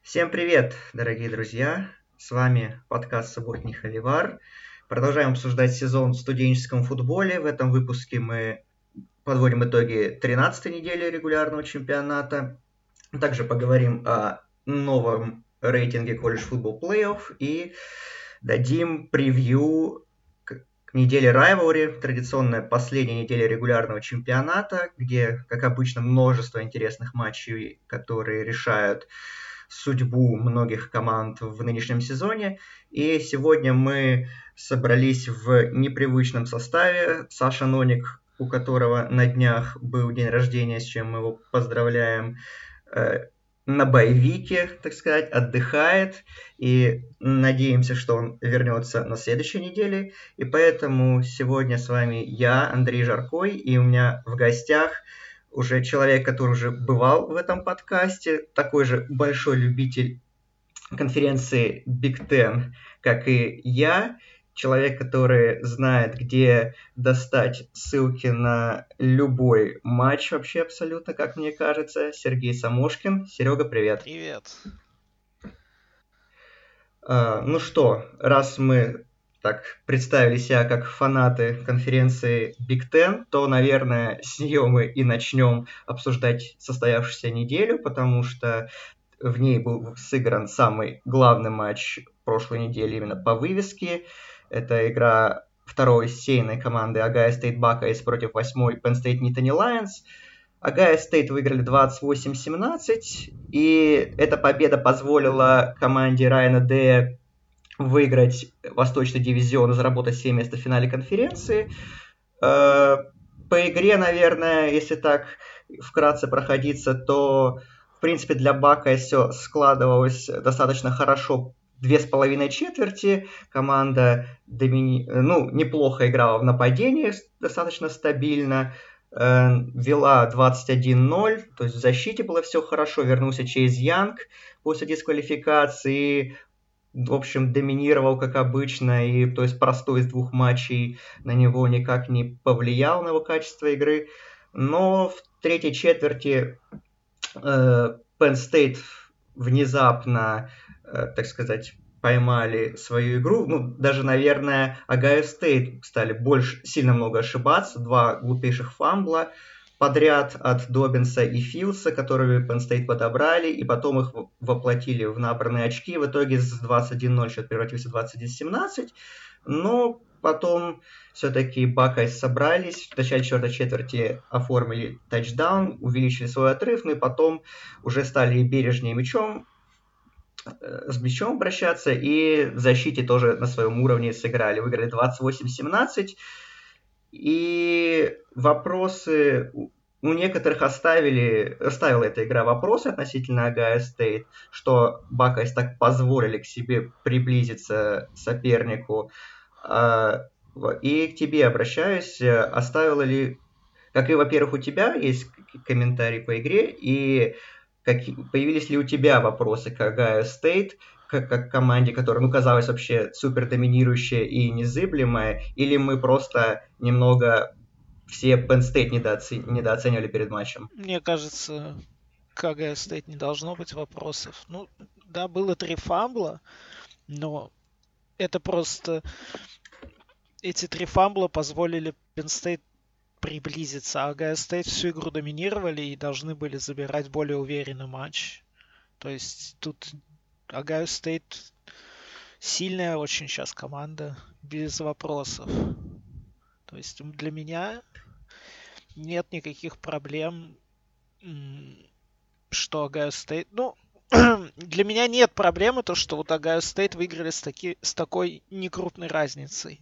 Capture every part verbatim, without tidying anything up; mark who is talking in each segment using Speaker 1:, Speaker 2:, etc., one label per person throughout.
Speaker 1: Всем привет, дорогие друзья! С вами подкаст «Субботний Холивар». Продолжаем обсуждать сезон в студенческом футболе. В этом выпуске мы подводим итоги тринадцатой недели регулярного чемпионата. Также поговорим о новом рейтинге College Football Playoff и дадим превью к неделе Rivalry, традиционная последняя неделя регулярного чемпионата, где, как обычно, множество интересных матчей, которые решают судьбу многих команд в нынешнем сезоне. И сегодня мы собрались в непривычном составе. Саша Ноник, у которого на днях был день рождения, с чем мы его поздравляем, на боевике, так сказать, отдыхает. И надеемся, что он вернется на следующей неделе. И поэтому сегодня с вами я, Андрей Жаркой, и у меня в гостях уже человек, который уже бывал в этом подкасте, такой же большой любитель конференции Big Ten, как и я, человек, который знает, где достать ссылки на любой матч вообще абсолютно, как мне кажется, Сергей Самошкин. Серега, привет.
Speaker 2: Привет.
Speaker 1: А, ну что, раз мы так представили себя как фанаты конференции Big Ten, то, наверное, с нее мы и начнем обсуждать состоявшуюся неделю, потому что в ней был сыгран самый главный матч прошлой недели именно по вывеске. Это игра второй сеянной команды Ohio State Buckeyes против восьмой Penn State Nittany Lions. Ohio State выиграли двадцать восемь семнадцать, и эта победа позволила команде Райана Дэя выиграть Восточный дивизион и заработать семь мест в финале конференции. По игре, наверное, если так вкратце проходиться, то, в принципе, для Бака все складывалось достаточно хорошо. Две с половиной четверти команда домини... ну, неплохо играла в нападении, достаточно стабильно. Вела двадцать один ноль, то есть в защите было все хорошо. Вернулся Чейз Янг после дисквалификации. В общем, доминировал, как обычно, и то есть простой из двух матчей на него никак не повлиял на его качество игры. Но в третьей четверти э, Penn State внезапно, э, так сказать, поймали свою игру. Ну, даже, наверное, Ohio State стали больше, сильно много ошибаться. Два глупейших фамбла подряд от Добинса и Филса, которые Penn State подобрали, и потом их воплотили в набранные очки. В итоге с двадцать один ноль счет превратился в двадцать один семнадцать. Но потом все-таки Buckeyes собрались, в начале четвертой четверти оформили тачдаун, увеличили свой отрыв, ну и потом уже стали бережнее мячом, с мячом обращаться, и в защите тоже на своем уровне сыграли. Выиграли двадцать восемь семнадцать. И вопросы у некоторых оставили, оставила эта игра вопросы относительно Ohio State, что Buckeyes так позволили к себе приблизиться сопернику. И к тебе обращаюсь, оставила ли, как и, во-первых, у тебя есть комментарий по игре, и как, появились ли у тебя вопросы к Ohio State, как, как команде, которая, ну, казалась вообще супер доминирующая и незыблемая, или мы просто немного все Penn State недооцени- недооценивали перед матчем?
Speaker 2: Мне кажется, к Ohio State не должно быть вопросов. Ну, да, было три фамбла, но это просто... Эти три фамбла позволили Penn State приблизиться. А Ohio State всю игру доминировали и должны были забирать более уверенный матч. То есть тут Ohio State сильная очень сейчас команда, без вопросов. То есть для меня нет никаких проблем, что Ohio State... Ну, для меня нет проблемы то, что вот Ohio State выиграли с, таки, с такой некрупной разницей.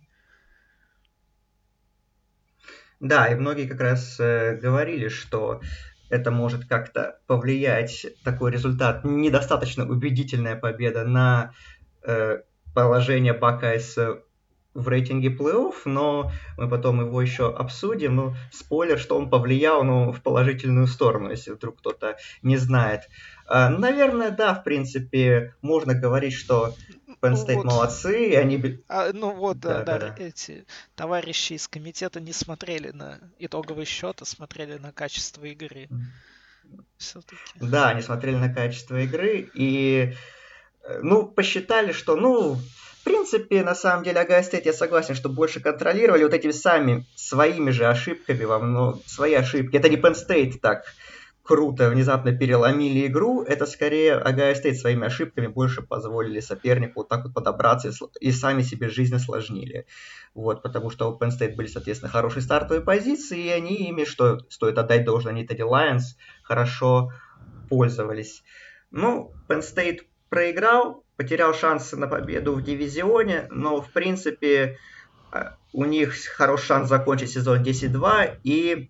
Speaker 1: Да, и многие как раз э, говорили, что это может как-то повлиять, такой результат, недостаточно убедительная победа на э, положение Buckeyes в рейтинге плей-офф, но мы потом его еще обсудим. Ну, спойлер, что он повлиял, ну, в положительную сторону, если вдруг кто-то не знает. А, наверное, да, в принципе, можно говорить, что Penn State
Speaker 2: Вот.
Speaker 1: молодцы, и они...
Speaker 2: А, ну вот, да,
Speaker 1: да,
Speaker 2: да,
Speaker 1: да.
Speaker 2: эти товарищи из комитета не смотрели на итоговый счет, а смотрели на качество игры. все-таки.
Speaker 1: Да, они смотрели на качество игры и, ну, посчитали, что, ну, в принципе, на самом деле, Ohio State, я согласен, что больше контролировали вот этими сами своими же ошибками, во много, свои ошибки. Это не Penn State так круто внезапно переломили игру, это скорее Ohio State своими ошибками больше позволили сопернику вот так вот подобраться и, и сами себе жизнь осложнили. Вот, потому что у Penn State были, соответственно, хорошие стартовые позиции, и они ими, что стоит отдать должное Nittany Lions, хорошо пользовались. Ну, Penn State проиграл, потерял шансы на победу в дивизионе, но, в принципе, у них хороший шанс закончить сезон десять-два и,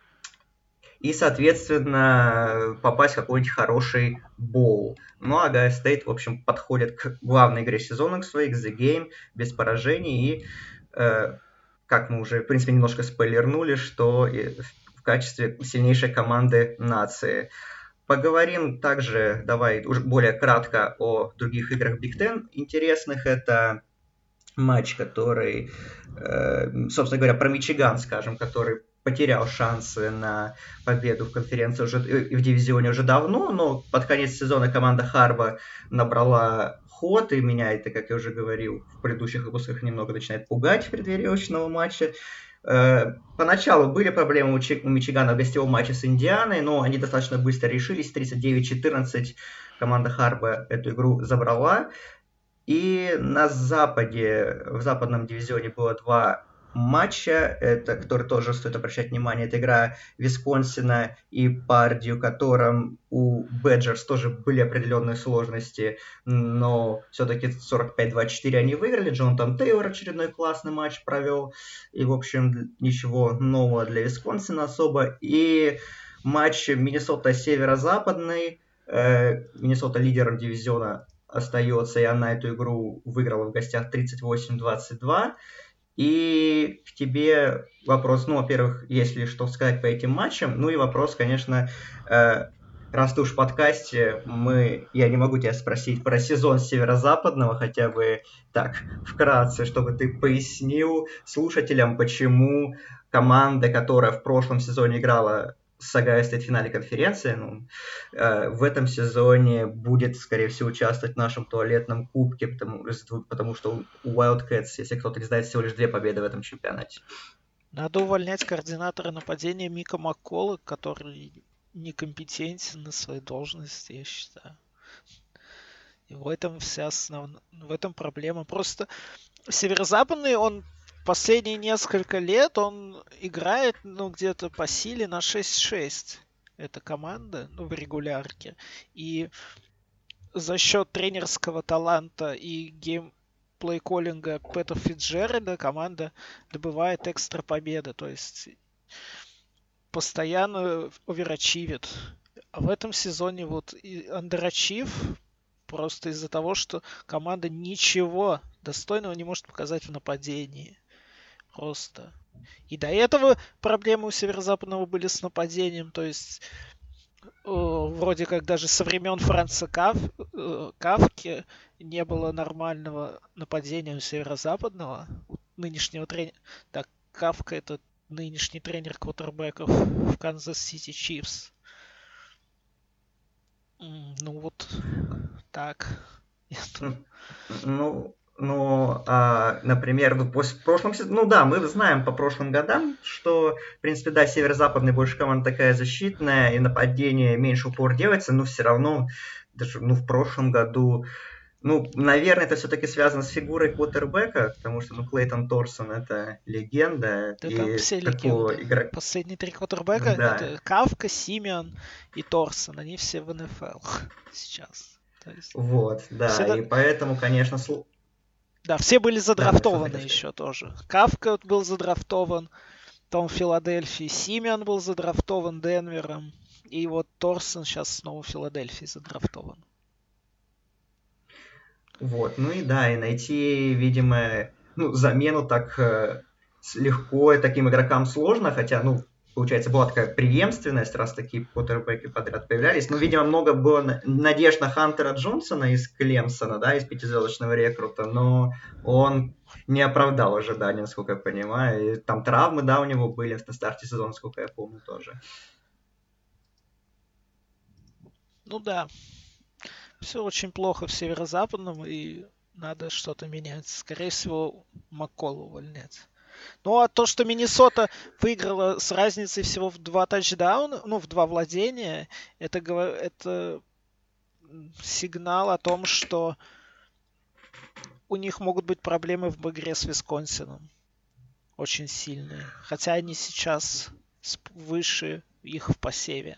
Speaker 1: и, соответственно, попасть в какой-нибудь хороший боул. Ну, а Ohio State, в общем, подходит к главной игре сезона, к своей, к The Game, без поражений. И, э, как мы уже, в принципе, немножко спойлернули, что в качестве сильнейшей команды нации. Поговорим также, давай, уже более кратко о других играх Big Ten интересных. Это матч, который, э, собственно говоря, про Мичиган, скажем, который потерял шансы на победу в конференции уже и в дивизионе уже давно, но под конец сезона команда Харба набрала ход, и меня это, как я уже говорил в предыдущих выпусках, немного начинает пугать в преддверии очного матча. Поначалу были проблемы у Мичигана в гостевом матче с Индианой, но они достаточно быстро решились. тридцать девять четырнадцать команда Харба эту игру забрала. И на Западе, в западном дивизионе было два матча, это, который тоже стоит обращать внимание. Это игра Висконсина и Пардью, в котором у Бэджерс тоже были определенные сложности, но все-таки сорок пять двадцать четыре они выиграли. Джонатан Тейлор очередной классный матч провел. И, в общем, ничего нового для Висконсина особо. И матч Миннесота северо-западный. Миннесота лидером дивизиона остается, и она эту игру выиграла в гостях тридцать восемь двадцать два. И к тебе вопрос, ну, во-первых, есть ли что сказать по этим матчам, ну и вопрос, конечно, э, раз ты уж в подкасте, мы, я не могу тебя спросить про сезон северо-западного, хотя бы так, вкратце, чтобы ты пояснил слушателям, почему команда, которая в прошлом сезоне играла с Ohio State в финале конференции, ну, э, в этом сезоне будет, скорее всего, участвовать в нашем туалетном кубке, потому, потому что у Wildcats, если кто-то не знает, всего лишь две победы в этом чемпионате.
Speaker 2: Надо увольнять координатора нападения Мика Маккола, который некомпетентен на своей должности, я считаю. И в этом вся основная, в этом проблема. Просто северо-западный, он последние несколько лет он играет, ну, где-то по силе на шесть шесть. Эта команда, ну, в регулярке. И за счет тренерского таланта и геймплей-коллинга Пэта Фитджеральда команда добывает экстра победы. То есть постоянно оверачивит. А в этом сезоне вот и андерачив просто из-за того, что команда ничего достойного не может показать в нападении. Просто. И до этого проблемы у северо-западного были с нападением, то есть э, вроде как даже со времен Франца Кав, э, Кавки не было нормального нападения у северо-западного, у нынешнего тренера. Так, Кавка это нынешний тренер квотербеков в Канзас-Сити Чифс. Ну вот так.
Speaker 1: Ну, Ну, а, например, ну, после прошлом сезоне, ну да, мы знаем по прошлым годам, что, в принципе, да, северо-западная больше команда такая защитная, и нападение меньше упор делается, но все равно, даже, ну, в прошлом году, ну, наверное, это все-таки связано с фигурой квотербека, потому что, ну, Клейтон Торсон это легенда.
Speaker 2: Да
Speaker 1: и
Speaker 2: там все
Speaker 1: такого
Speaker 2: легенды.
Speaker 1: игрока...
Speaker 2: Последние три квотербека,
Speaker 1: Да.
Speaker 2: это Кавка, Симеон и Торсон, они все в эн эф эл сейчас. То есть...
Speaker 1: Вот, да,
Speaker 2: все
Speaker 1: и до... поэтому, конечно, сл...
Speaker 2: Да, все были задрафтованы
Speaker 1: да,
Speaker 2: еще тоже. Кавка был задрафтован, Том в Филадельфии, Симеон был задрафтован Денвером, и вот Торсон сейчас снова в Филадельфии задрафтован.
Speaker 1: Вот, ну и да, и найти, видимо, ну, замену так э, легко таким игрокам сложно, хотя, ну, получается, была такая преемственность, раз такие квотербеки подряд появлялись. Ну, видимо, много было надежд на Хантера Джонсона из Клемсона, да, из пятизвездочного рекрута, но он не оправдал ожиданий, насколько я понимаю. И там травмы, да, у него были на старте сезона, насколько я помню, тоже.
Speaker 2: Ну да, все очень плохо в северо-западном, и надо что-то менять. Скорее всего, Маккола увольнять. Ну а то, что Миннесота выиграла с разницей всего в два тачдауна, ну в два владения, это, говор- это сигнал о том, что у них могут быть проблемы в игре с Висконсином. Очень сильные. Хотя они сейчас выше их в посеве.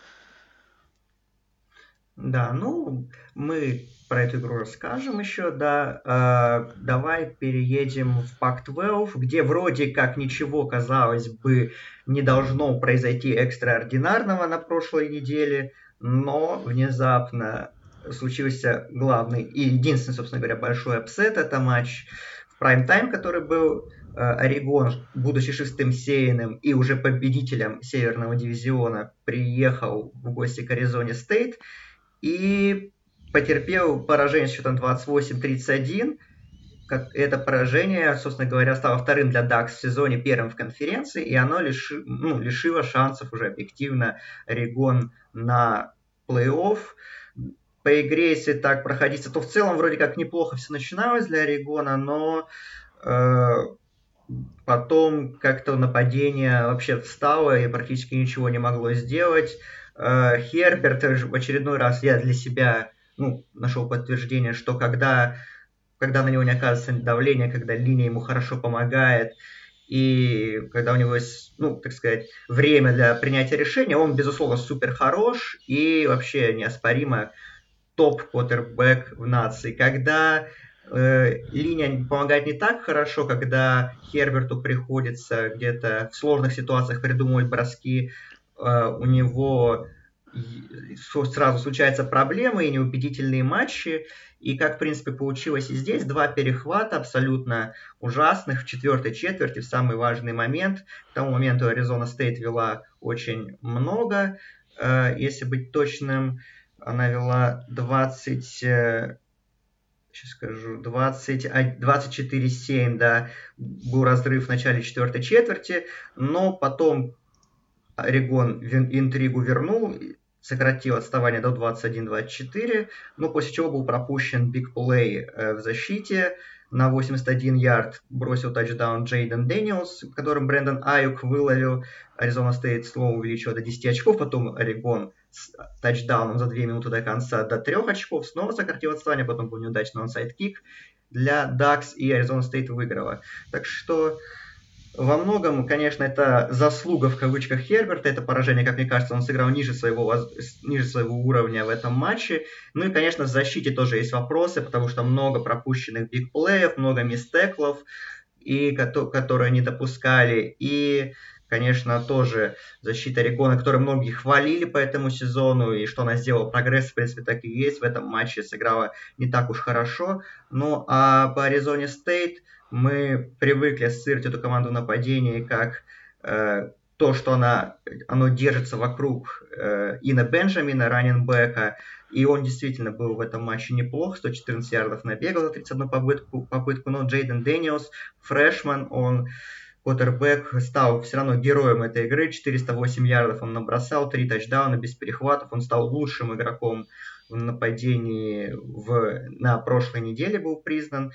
Speaker 1: Да, ну, мы про эту игру расскажем еще, да. Э, давай переедем в пак двенадцать, где вроде как ничего, казалось бы, не должно произойти экстраординарного на прошлой неделе, но внезапно случился главный и единственный, собственно говоря, большой апсет. Это матч в прайм-тайм, который был. Орегон, будучи шестым сеянным и уже победителем Северного дивизиона, приехал в гости к Аризоне Стейт и потерпел поражение с счетом двадцать восемь тридцать один. Это поражение, собственно говоря, стало вторым для дакс в сезоне, первым в конференции, и оно лиши, ну, лишило шансов уже объективно Орегон на плей-офф. По игре, если так проходиться, то в целом вроде как неплохо все начиналось для Орегона, но э, потом как-то нападение вообще встало и практически ничего не могло сделать. Херберт в очередной раз я для себя ну, нашел подтверждение, что когда, когда на него не оказывается давление, когда линия ему хорошо помогает, и когда у него есть, ну, так сказать, время для принятия решения, он, безусловно, супер хорош и вообще неоспоримо топ-квотербэк в нации. Когда э, линия помогает не так хорошо, когда Херберту приходится где-то в сложных ситуациях придумывать броски, у него сразу случаются проблемы и неубедительные матчи. И как, в принципе, получилось и здесь, два перехвата абсолютно ужасных в четвертой четверти, в самый важный момент. К тому моменту Аризона Стейт вела очень много. Если быть точным, она вела двадцать... Сейчас скажу, двадцать, двадцать четыре семь, да, был разрыв в начале четвертой четверти, но потом Орегон интригу вернул, сократил отставание до двадцать один двадцать четыре, но после чего был пропущен биг-плей в защите. На восемьдесят один ярд бросил тачдаун Джейден Дэниелс, которым Брэндон Аюк выловил. Аризона Стейт снова увеличила до десяти очков, потом Орегон с тачдауном за две минуты до конца до трех очков, снова сократил отставание, потом был неудачный онсайд-кик для дакс, и Аризона Стейт выиграла. Так что во многом, конечно, это заслуга в кавычках Херберта, это поражение, как мне кажется, он сыграл ниже своего, ниже своего уровня в этом матче. Ну и, конечно, в защите тоже есть вопросы, потому что много пропущенных бигплеев, много мистеклов, и, которые они допускали. И, конечно, тоже защита Орегона, которую многие хвалили по этому сезону, и что она сделала прогресс, в принципе, так и есть. В этом матче сыграла не так уж хорошо. Ну а по Аризоне Стейт мы привыкли ассоциировать эту команду в нападении как э, то, что она, оно держится вокруг э, Ина Бенджамина, раннинбека, и он действительно был в этом матче неплох, сто четырнадцать ярдов набегал за тридцать одну попытку, попытку, но Джейден Дэниелс, фрешман, он, квотербек, стал все равно героем этой игры, четыреста восемь ярдов он набросал, три тачдауна без перехватов, он стал лучшим игроком в нападении в, на прошлой неделе был признан.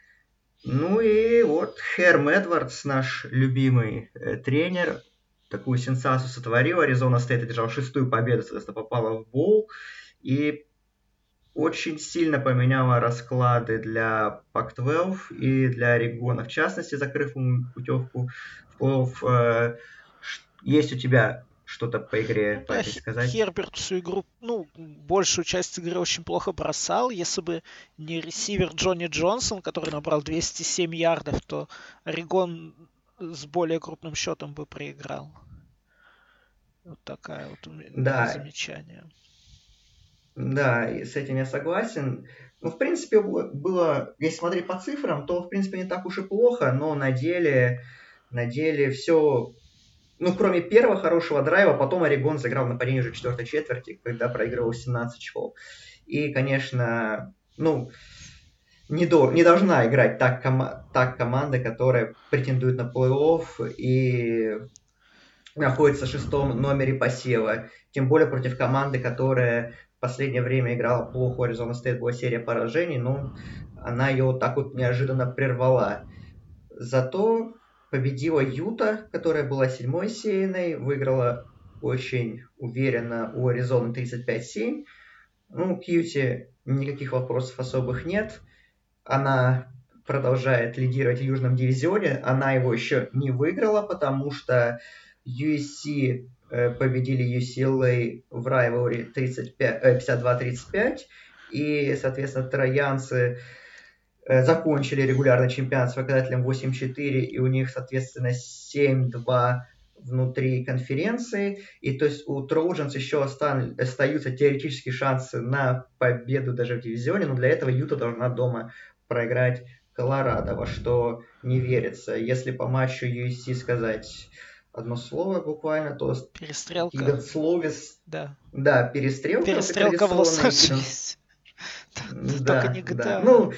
Speaker 1: Ну и вот Херм Эдвардс, наш любимый э, тренер, такую сенсацию сотворил. Аризона Стейт одержал шестую победу, соответственно, попала в боул. И очень сильно поменяла расклады для пак двенадцать и для Орегона, в частности, закрыв ему путевку в плей-офф. Есть у тебя что-то по игре,
Speaker 2: ну,
Speaker 1: по этой
Speaker 2: да,
Speaker 1: сказать?
Speaker 2: Херберт всю игру, ну, большую часть игры очень плохо бросал. Если бы не ресивер Джонни Джонсон, который набрал двести семь ярдов, то Орегон с более крупным счетом бы проиграл. Вот такая вот у меня
Speaker 1: да.
Speaker 2: замечание.
Speaker 1: Да, и с этим я согласен. Ну, в принципе, было, если смотреть по цифрам, то, в принципе, не так уж и плохо, но на деле, на деле все... Ну, кроме первого хорошего драйва, потом Орегон сыграл в нападении уже в четвертой четверти, когда проигрывал семнадцать очков. И, конечно, ну, не, до, не должна играть так, кома, так команда, которая претендует на плей-офф и находится в шестом номере посева. Тем более против команды, которая в последнее время играла плохо, у Аризона Стейт была серия поражений, но она ее вот так вот неожиданно прервала. Зато победила Юта, которая была седьмой сеянной, выиграла очень уверенно у Аризоны тридцать пять семь. Ну, к Юте никаких вопросов особых нет. Она продолжает лидировать в Южном дивизионе. Она его еще не выиграла, потому что ю эс си э, победили ю си эл эй в райвелри пятьдесят два тридцать пять. И, соответственно, троянцы э, закончили регулярный чемпионат с показателем восемь четыре. И у них, соответственно, семь два внутри конференции. И то есть у Трojans еще остан- остаются теоретические шансы на победу даже в дивизионе. Но для этого Юта должна дома проиграть Колорадо, во что не верится. Если по матчу ю эс си сказать одно слово буквально, то
Speaker 2: перестрелка.
Speaker 1: Hidden Slovis.
Speaker 2: Да.
Speaker 1: Да, перестрелка.
Speaker 2: Перестрелка в Лос-Анджелесе.
Speaker 1: Да,
Speaker 2: Только не джи ти эй.
Speaker 1: да. Ну,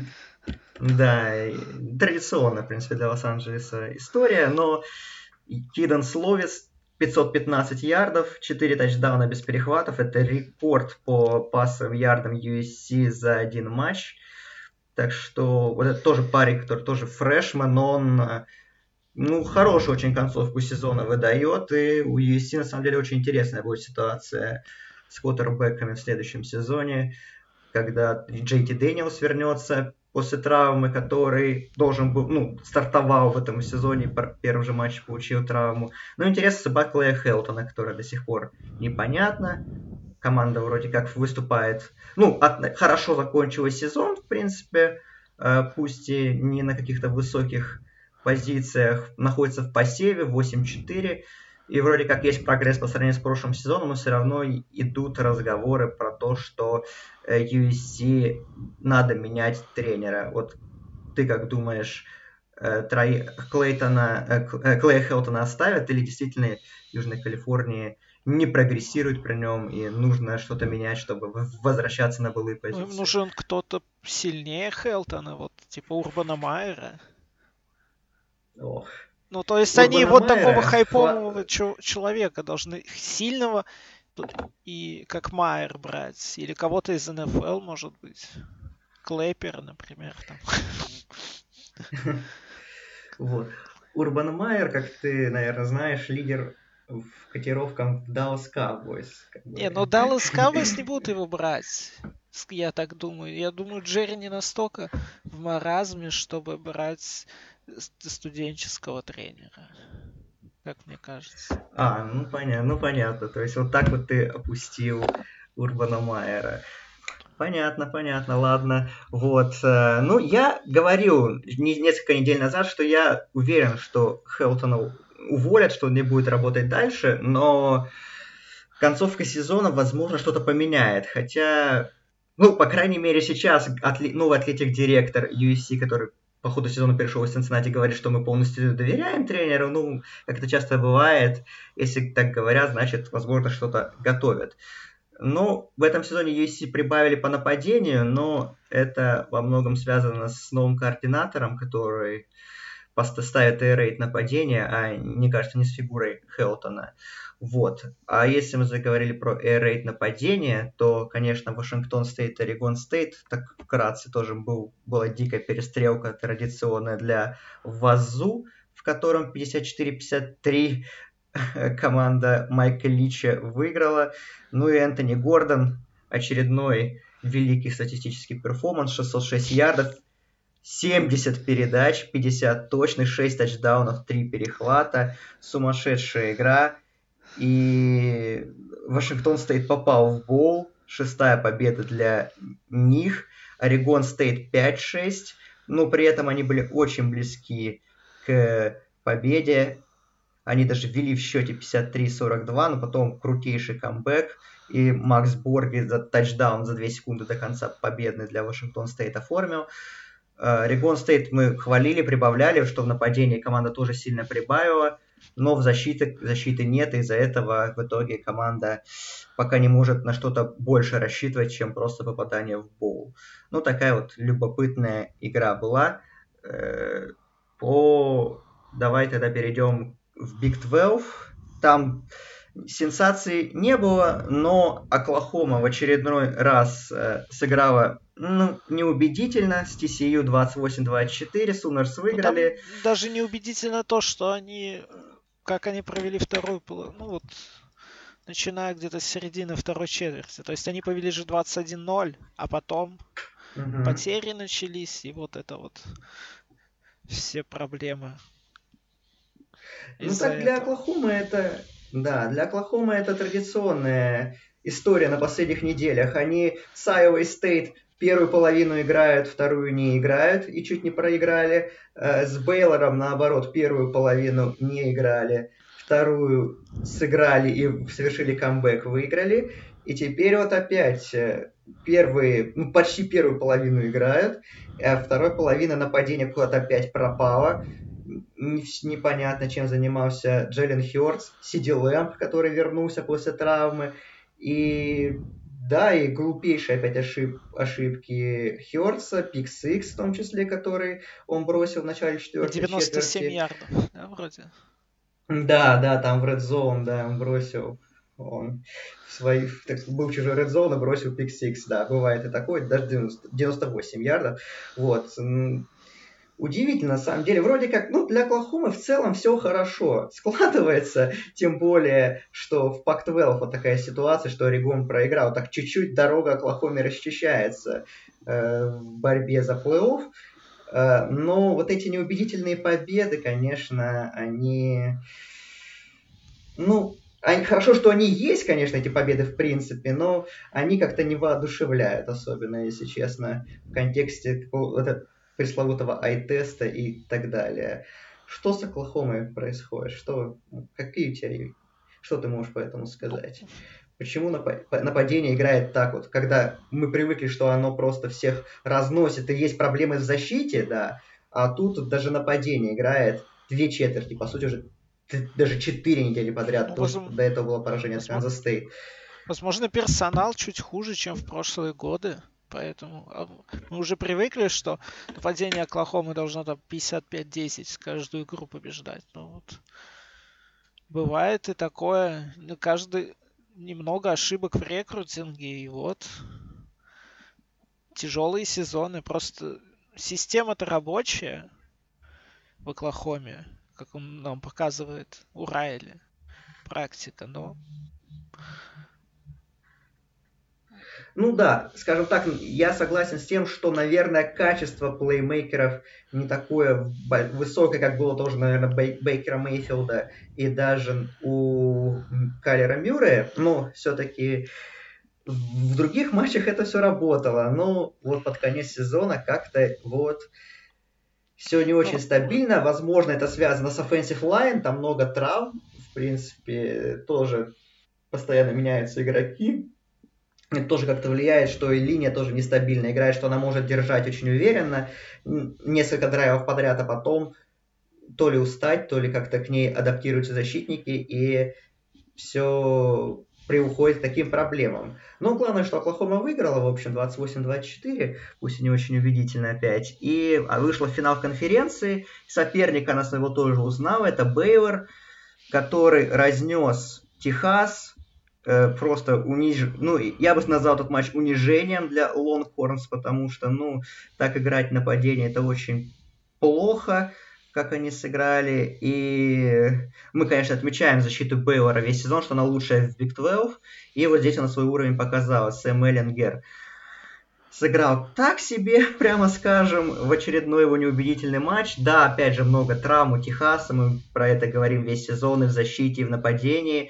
Speaker 1: да, традиционно, в принципе, для Лос-Анджелеса история, но Hidden Slovis пятьсот пятнадцать ярдов, четыре тачдауна без перехватов. Это рекорд по пассовым ярдам ю эс си за один матч. Так что вот это тоже парень, который тоже фрешман, но он ну, хорошую очень концовку сезона выдает. И у ю эс си на самом деле очень интересная будет ситуация с квотербэками в следующем сезоне, когда Джей Ти Дэниелс вернется после травмы, который должен был, ну, стартовал в этом сезоне, в первом же матче получил травму. Но интересно судьба Клея Хелтона, которая до сих пор непонятна. Команда вроде как выступает, ну, от, хорошо закончила сезон, в принципе, э, пусть и не на каких-то высоких позициях, находится в посеве восемь четыре, и вроде как есть прогресс по сравнению с прошлым сезоном, но все равно идут разговоры про то, что ю эс си надо менять тренера. Вот ты как думаешь, Трай, Клейтона, Клея Хелтона оставят или действительно Южной Калифорнии не прогрессирует при нем, и нужно что-то менять, чтобы возвращаться на былые позиции?
Speaker 2: Ну, им нужен кто-то сильнее Хелтона, вот типа Урбана Майера.
Speaker 1: Ох.
Speaker 2: Ну, то есть
Speaker 1: Урбана
Speaker 2: они вот
Speaker 1: Майера,
Speaker 2: такого хайпового
Speaker 1: хва...
Speaker 2: ч- человека должны сильного и как Майер брать. Или кого-то из эн эф эл, может быть. Клэпера, например. Там.
Speaker 1: Вот. Урбан Майер, как ты, наверное, знаешь, лидер в котировках в Dallas Cowboys. Как бы.
Speaker 2: Не, но Dallas Cowboys не будут его брать. Я так думаю. Я думаю, Джерри не настолько в маразме, чтобы брать студенческого тренера. Как мне кажется.
Speaker 1: А, ну понятно, ну понятно. То есть вот так вот ты опустил Урбана Майера. Понятно, понятно, ладно. Вот. Ну, я говорил несколько недель назад, что я уверен, что Хелтона уволят, что он не будет работать дальше, но концовка сезона, возможно, что-то поменяет. Хотя, ну, по крайней мере, сейчас атли... новый атлетик-директор ю эс си, который по ходу сезона перешел из Цинциннати, говорит, что мы полностью доверяем тренеру. Ну, как это часто бывает, если так говорят, значит, возможно, что-то готовят. Ну, в этом сезоне ю эс си прибавили по нападению, но это во многом связано с новым координатором, который ставит эйр-рейд нападения, а, мне кажется, не с фигурой Хелтона. Вот. А если мы заговорили про эйр-рейд нападения, то, конечно, Вашингтон Стейт, Орегон Стейт, так вкратце тоже был, была дикая перестрелка традиционная для ВАЗУ, в котором пятьдесят четыре пятьдесят три команда Майка Лича выиграла. Ну и Энтони Гордон, очередной великий статистический перформанс, шестьсот шесть ярдов, семьдесят передач, пятьдесят точных, шесть тачдаунов, три перехвата, сумасшедшая игра. И Вашингтон Стейт попал в боул, шестая победа для них, Орегон Стейт пять шесть, но при этом они были очень близки к победе. Они даже ввели в счете пятьдесят три сорок два, но потом крутейший камбэк. И Макс Борги за тачдаун за две секунды до конца победный для Вашингтон Стейт оформил. Орегон Стейт мы хвалили, прибавляли, что в нападении команда тоже сильно прибавила. Но в защите, защиты нет, и из-за этого в итоге команда пока не может на что-то больше рассчитывать, чем просто попадание в боул. Ну, такая вот любопытная игра была. По... Давай тогда перейдем в Биг двенадцать. Там Сенсаций не было, но Оклахома в очередной раз э, сыграла ну, неубедительно с ти си ю двадцать восемь двадцать четыре, Сунерс
Speaker 2: Ну там
Speaker 1: выиграли.
Speaker 2: даже неубедительно то, что они, как они провели вторую половину, ну вот, начиная где-то с середины второй четверти. То есть они повели же двадцать один ноль, а потом
Speaker 1: Мгм.
Speaker 2: потери начались, и вот это вот все проблемы
Speaker 1: Ну
Speaker 2: из-за
Speaker 1: так для
Speaker 2: этого.
Speaker 1: Оклахомы это, да, для Оклахомы это традиционная история на последних неделях. Они с Iowa State первую половину играют, вторую не играют и чуть не проиграли. Э, С Бейлором, наоборот, первую половину не играли, вторую сыграли и совершили камбэк, выиграли. И теперь вот опять э, первые, ну почти первую половину играют, а второй половина нападения куда-то опять пропала. Непонятно, чем занимался Джеллен Хёртс, Сиди Лэмп, который вернулся после травмы. И да, и глупейшие опять ошиб, ошибки Хёртса, пик-сикс в том числе, который он бросил в начале
Speaker 2: И
Speaker 1: четвертой
Speaker 2: девяносто семь
Speaker 1: четверти.
Speaker 2: ярдов, да, вроде?
Speaker 1: Да, да, там в Red Zone, да, он бросил. Он в свои, так, был чужой Red Zone и бросил пик-сикс, да, бывает и такое, даже девяносто, девяносто восемь ярдов. Вот. Удивительно, на самом деле. Вроде как, ну, для Оклахомы в целом все хорошо складывается, тем более, что в пак двенадцать вот такая ситуация, что Орегон проиграл. Так чуть-чуть дорога Оклахоме расчищается э, в борьбе за плей-офф. Э, но вот эти неубедительные победы, конечно, они... Ну, они, хорошо, что они есть, конечно, эти победы в принципе, но они как-то не воодушевляют, особенно, если честно, в контексте вот, пресловутого ай-теста и так далее. Что с Оклахомой происходит? Что, какие у тебя, что ты можешь по этому сказать?
Speaker 2: Ну,
Speaker 1: Почему нападение играет так вот, когда мы привыкли, что оно просто всех разносит, и есть проблемы в защите, да, а тут даже нападение играет две четверти, по сути, уже даже четыре недели подряд,
Speaker 2: ну
Speaker 1: потому что до этого было поражение от
Speaker 2: возможно,
Speaker 1: Канзас Стейт.
Speaker 2: возможно, персонал чуть хуже, чем в прошлые годы. Поэтому мы уже привыкли, что нападение Оклахомы должно там пятьдесят пять десять каждую игру побеждать. Ну вот бывает и такое. Каждый немного ошибок в рекрутинге, и вот тяжелые сезоны. Просто система-то рабочая в Оклахоме, как он нам показывает у Райли. Практика, но...
Speaker 1: Ну да, скажем так, я согласен с тем, что, наверное, качество плеймейкеров не такое высокое, как было тоже, наверное, Бей- Бейкера Мейфилда и даже у Кайлера Мюррея, но все-таки в других матчах это все работало. Но вот под конец сезона как-то вот все не очень
Speaker 2: Ну,
Speaker 1: стабильно. Возможно, это связано с offensive line, там много травм. В принципе, тоже постоянно меняются игроки. Это тоже как-то влияет, что и линия тоже нестабильно играет, что она может держать очень уверенно несколько драйвов подряд, а потом то ли устать, то ли как-то к ней адаптируются защитники, и все приуходит к таким проблемам. Но главное, что Оклахома выиграла, в общем, двадцать восемь двадцать четыре, пусть и не очень убедительно опять, и вышла в финал конференции. Соперника она своего тоже узнала, это Бейлор, который разнес Техас, э, просто униж... Ну, я бы назвал этот матч унижением для Лонгхорнс, потому что, ну, так играть нападение, это очень плохо, как они сыграли. И мы, конечно, отмечаем защиту Бейлора весь сезон, что она лучшая в Биг двенадцать. И вот здесь она свой уровень показала. Сэм Эллингер сыграл так себе, прямо скажем, в очередной его неубедительный матч. Да, опять же, много травм у Техаса, мы про это говорим весь сезон и в защите, и в нападении.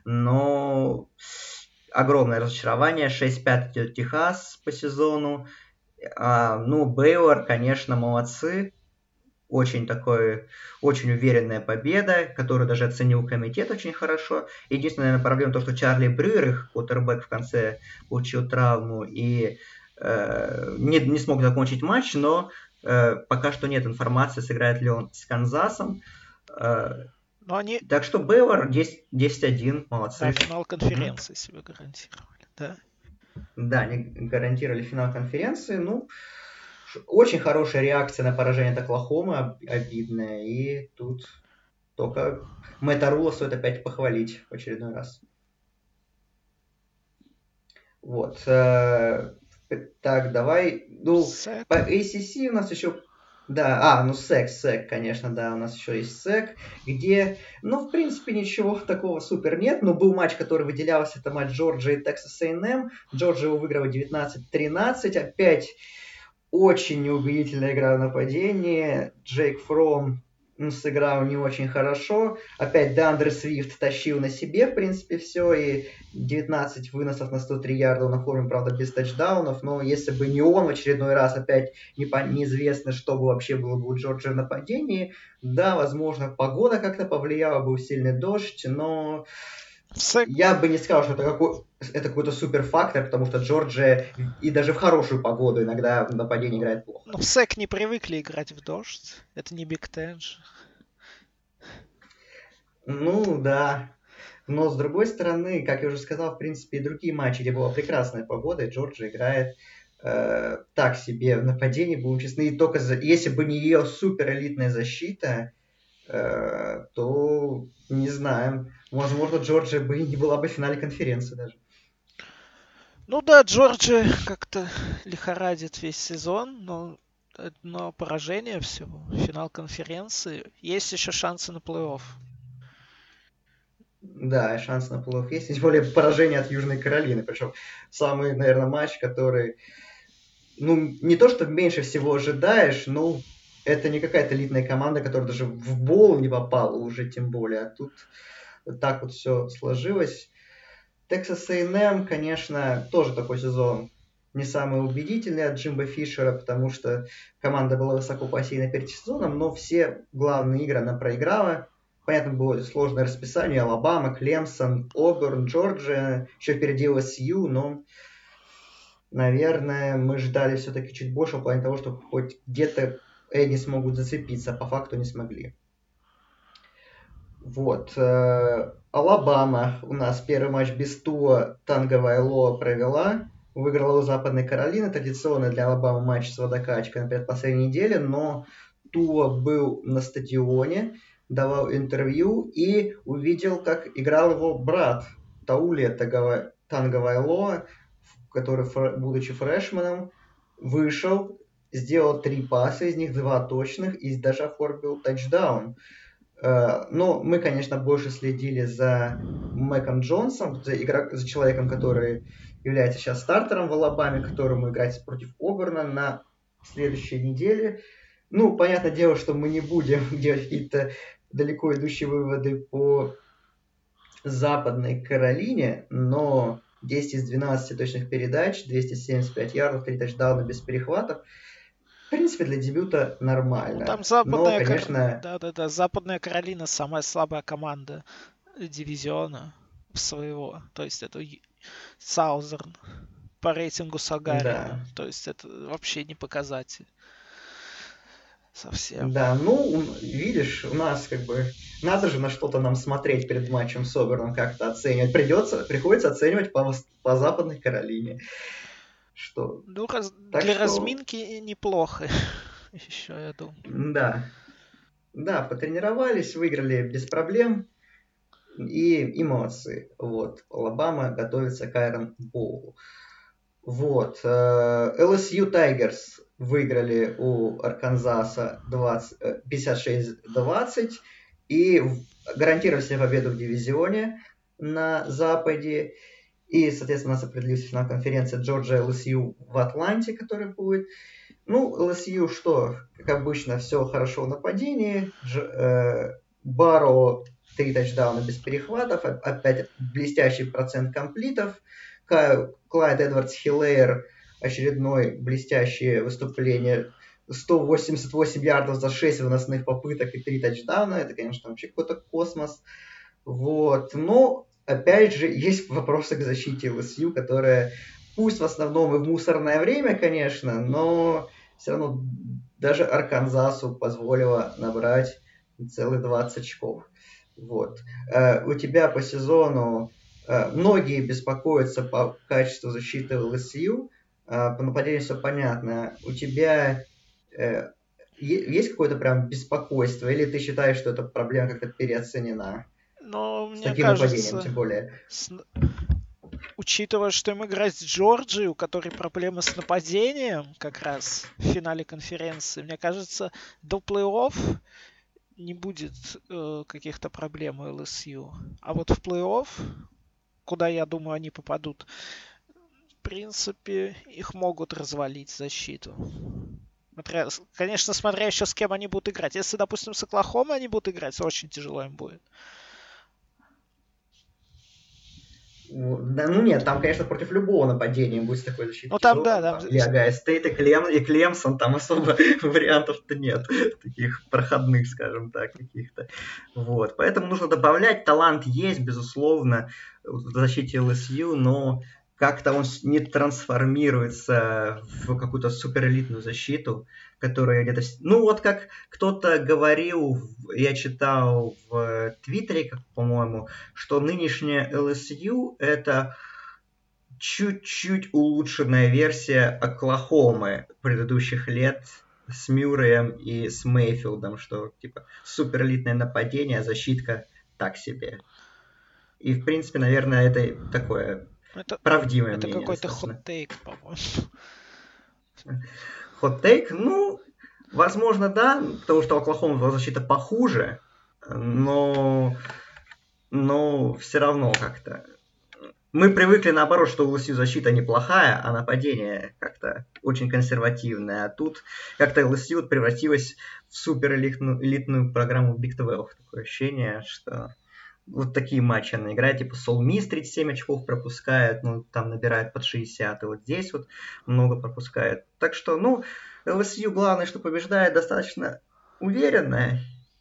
Speaker 1: Но огромное разочарование. шесть пять идет Техас по сезону. А, ну, Бейлор, конечно, молодцы. Очень такой, очень уверенная победа, которую даже оценил комитет очень хорошо. Единственная, наверное, проблема то, что Чарли Брюер, их квотербэк, в конце получил травму и э, не, не смог закончить матч, но э, пока что нет информации, сыграет ли он с Канзасом. Э,
Speaker 2: но они...
Speaker 1: Так что Бейлор десять один, молодцы.
Speaker 2: Да, финал конференции mm-hmm. себе гарантировали, да.
Speaker 1: Да, они гарантировали финал конференции, ну... Очень хорошая реакция на поражение от Оклахомы, обидная, и тут Только Мэтта Рула стоит опять похвалить в очередной раз. Вот. э, Так, давай. Ну,
Speaker 2: Сэк.
Speaker 1: по эй си си у нас еще... Да, а, ну сэк, сэк, конечно, да, у нас еще есть сэк, где, ну, в принципе, ничего такого супер нет, но был матч, который выделялся, это матч Джорджии и Texas эй энд эм. Джорджия его выиграла девятнадцать тринадцать, опять очень неубедительная игра в нападении. Джейк Фром ну, сыграл не очень хорошо. Опять Деандре Свифт тащил на себе, в принципе, все. И девятнадцать выносов на сто три ярда он оформил, правда, без тачдаунов. Но если бы не он в очередной раз, опять не по- неизвестно, что бы вообще было бы у Джорджа в нападении. Да, возможно, погода как-то повлияла, был сильный дождь, но...
Speaker 2: Сэк.
Speaker 1: Я бы не сказал, что это, какой, это какой-то суперфактор, потому что Джорджия и даже в хорошую погоду иногда в нападении играет плохо.
Speaker 2: Ну, в сэк не привыкли играть в дождь. Это не Биг Тен же.
Speaker 1: Ну, да. Но, с другой стороны, как я уже сказал, в принципе, и другие матчи, где была прекрасная погода, и Джорджия играет э, так себе в нападении, будем честны. И только за, если бы не ее суперэлитная защита, э, то, не знаем, возможно, Джорджия бы и не была бы в финале конференции даже.
Speaker 2: Ну да, Джорджия как-то лихорадит весь сезон, но одно поражение всего. Финал конференции. Есть еще шансы на плей-офф.
Speaker 1: Да, шанс на плей-офф есть. Тем более поражение от Южной Каролины. Причем самый, наверное, матч, который, ну, не то, что меньше всего ожидаешь, но это не какая-то элитная команда, которая даже в боул не попала уже, тем более. А тут вот так вот все сложилось. Texas эй энд эм, конечно, тоже такой сезон не самый убедительный от Джимба Фишера, потому что команда была высоко посеяна перед сезоном, но все главные игры она проиграла. Понятно, было сложное расписание. Алабама, Клемсон, Оберн, Джорджия, еще впереди эл эс ю, но, наверное, мы ждали все-таки чуть больше в плане того, что хоть где-то они смогут зацепиться, а по факту не смогли. Вот. Алабама у нас первый матч без Туа Танго Вайлоа провела. Выиграла у Западной Каролины. Традиционно для Алабамы матч с водокачкой на предпоследней неделе, но Туа был на стадионе, давал интервью и увидел, как играл его брат Таули Танго Вайлоа, который, будучи фрешменом, вышел, сделал три паса, из них два точных, и даже оформил тачдаун. Но мы, конечно, больше следили за Мэком Джонсом, за, игрок, за человеком, который является сейчас стартером в Алабаме, которому играть против Оберна на следующей неделе. Ну, понятное дело, что мы не будем делать какие-то далеко идущие выводы по Западной Каролине, но десять из двенадцати точных передач, двести семьдесят пять ярдов, три тачдауна без перехватов. В принципе, для дебюта нормально.
Speaker 2: Ну, там Западная,
Speaker 1: но, конечно...
Speaker 2: Кар... да, да, да, Западная Каролина самая слабая команда дивизиона своего. То есть это Саузерн по рейтингу Сагарина. Да. То есть это вообще не показатель. Совсем.
Speaker 1: Да, ну, видишь, у нас как бы надо же на что-то нам смотреть перед матчем с Оберном, как-то оценивать. Придется, приходится оценивать по, по Западной Каролине. Что?
Speaker 2: Ну, раз... для что... разминки неплохо. Еще, я думаю.
Speaker 1: Да. Да, потренировались, выиграли без проблем. И, и молодцы. Вот. Алабама готовится к Айрон Боулу. Вот. эл эс ю Tigers выиграли у Арканзаса пятьдесят шесть двадцать и гарантировали себе победу в дивизионе на Западе. И, соответственно, у нас определился финал конференции Джорджия эл эс ю в Атланте, который будет. Ну, эл эс ю что? Как обычно, все хорошо в нападении. Дж, э, Барроу три тачдауна без перехватов. Опять блестящий процент комплитов. Клайд Эдвардс-Хиллер очередное блестящее выступление. сто восемьдесят восемь ярдов за шесть выносных попыток и три тачдауна. Это, конечно, вообще какой-то космос. Вот. Но, опять же, есть вопросы к защите эл эс ю, которая, пусть в основном и в мусорное время, конечно, но все равно даже Арканзасу позволила набрать целых двадцать очков. Вот. Uh, у тебя по сезону uh, многие беспокоятся по качеству защиты эл эс ю. Uh, по нападению все понятно. У тебя uh, есть какое-то прям беспокойство, или ты считаешь, что эта проблема как-то переоценена?
Speaker 2: Но
Speaker 1: С
Speaker 2: мне
Speaker 1: таким нападением,
Speaker 2: кажется,
Speaker 1: тем более.
Speaker 2: с... учитывая, что им играть с Джорджией, у которой проблемы с нападением как раз в финале конференции, мне кажется, до плей-офф не будет э, каких-то проблем у эл эс ю. А вот в плей-офф, куда, я думаю, они попадут, в принципе, их могут развалить защиту. Смотря, конечно, смотря еще с кем они будут играть. Если, допустим, с Оклахомой они будут играть, очень тяжело им будет.
Speaker 1: Да, ну нет, там, конечно, против любого нападения будет с такой защитой
Speaker 2: Ну там,
Speaker 1: тяжело.
Speaker 2: да,
Speaker 1: Там,
Speaker 2: там...
Speaker 1: там или Агайо Стейт, и, Клем, и Клемсон, там особо вариантов-то нет. Таких проходных, скажем так, каких-то. Вот. Поэтому нужно добавлять. Талант есть, безусловно, в защите эл эс ю, но как-то он не трансформируется в какую-то суперэлитную защиту, которая где-то... Ну, вот как кто-то говорил, я читал в Твиттере, как, по-моему, что нынешняя эл эс ю — это чуть-чуть улучшенная версия Оклахомы предыдущих лет с Мюрреем и с Мейфилдом, что, типа, суперэлитное нападение, а защитка так себе. И, в принципе, наверное, это такое...
Speaker 2: Это,
Speaker 1: правдивое
Speaker 2: это
Speaker 1: мнение
Speaker 2: какой-то
Speaker 1: достаточно.
Speaker 2: хот-тейк, по-моему.
Speaker 1: Хот-тейк? Ну, возможно, да, потому что у Оклахомы была защита похуже, но, но все равно как-то. Мы привыкли, наоборот, что у эл эс ю защита неплохая, а нападение как-то очень консервативное. А тут как-то эл эс ю превратилась в суперэлитную элитную программу Big двенадцать. Такое ощущение, что... Вот такие матчи она играет, типа Сол Мисс тридцать семь очков пропускает, ну, там набирает под шестьдесят, и вот здесь вот много пропускает. Так что, ну, эл эс ю главное, что побеждает достаточно уверенно,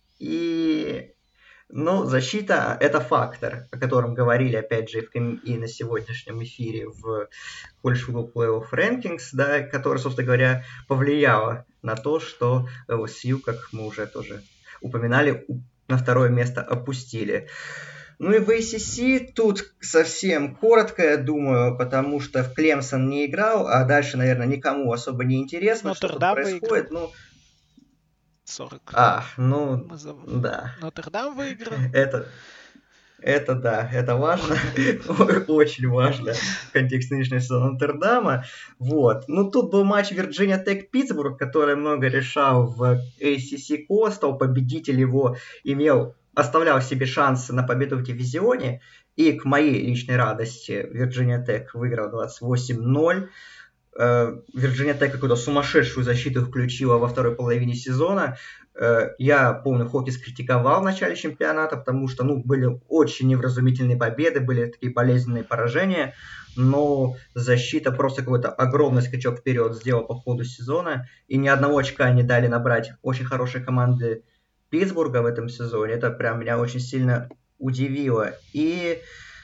Speaker 1: и, ну, защита – это фактор, о котором говорили, опять же, и на сегодняшнем эфире в College Football Playoff Rankings, да, который, собственно говоря, повлияло на то, что эл эс ю, как мы уже тоже упоминали, на второе место опустили. Ну и в эй си си тут совсем коротко, я думаю, потому что в Клемсон не играл, а дальше, наверное, никому особо не интересно,
Speaker 2: Нотр
Speaker 1: что тут
Speaker 2: Дам
Speaker 1: происходит.
Speaker 2: выиграл.
Speaker 1: Ну,
Speaker 2: сорок.
Speaker 1: а, ну,
Speaker 2: Мы заб...
Speaker 1: да.
Speaker 2: Нотр-Дам выиграл.
Speaker 1: Это, это да, это важно, очень важно в контексте нынешнего сезона Нотр-Дама. Вот. Ну, тут был матч Вирджиния Тек Питтсбург, который много решал в эй си си Coastal. Победитель его имел, оставлял себе шансы на победу в дивизионе. И к моей личной радости Вирджиния Тек выиграл двадцать восемь ноль. Вирджиния Тек какую-то сумасшедшую защиту включила во второй половине сезона. Я, помню, Хокис критиковал в начале чемпионата, потому что, ну, были очень невразумительные победы, были такие болезненные поражения, но защита просто какой-то огромный скачок вперед сделала по ходу сезона, и ни одного очка не дали набрать очень хорошие команды Питтсбурга в этом сезоне. Это прям меня очень сильно удивило. И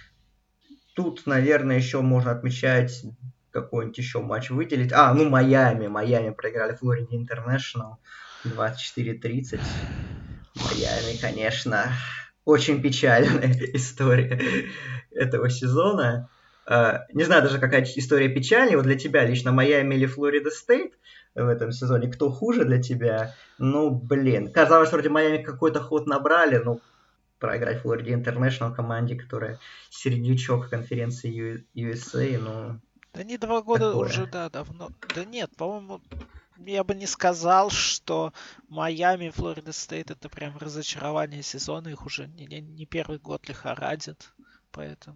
Speaker 1: тут, наверное, еще можно отмечать какой-нибудь еще матч выделить. А, ну, Майами. Майами проиграли Флориде Интернешнл двадцать четыре тридцать. Майами, конечно, очень печальная история этого сезона. Не знаю даже, какая история печальнее. Вот для тебя лично Майами или Флорида Стейт в этом сезоне? Кто хуже для тебя? Ну, блин. Казалось, вроде Майами какой-то ход набрали, но проиграть Флориде Интернешнл команде, которая середнячок конференции ю эс эй, ну...
Speaker 2: Да не два года
Speaker 1: такое.
Speaker 2: уже, да, давно. Да нет, по-моему, я бы не сказал, что Майами и Флорида Стейт это прям разочарование сезона. Их уже не, не, не первый год лихорадит. Поэтому.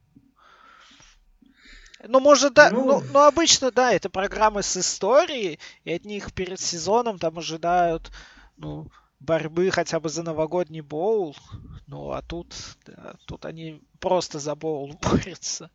Speaker 2: Ну, может, да. Ну,
Speaker 1: Ну,
Speaker 2: ну, обычно, да, это программы с историей, и от них перед сезоном там ожидают, ну, борьбы хотя бы за новогодний боул. Ну, а тут, да, тут они просто за боул борются.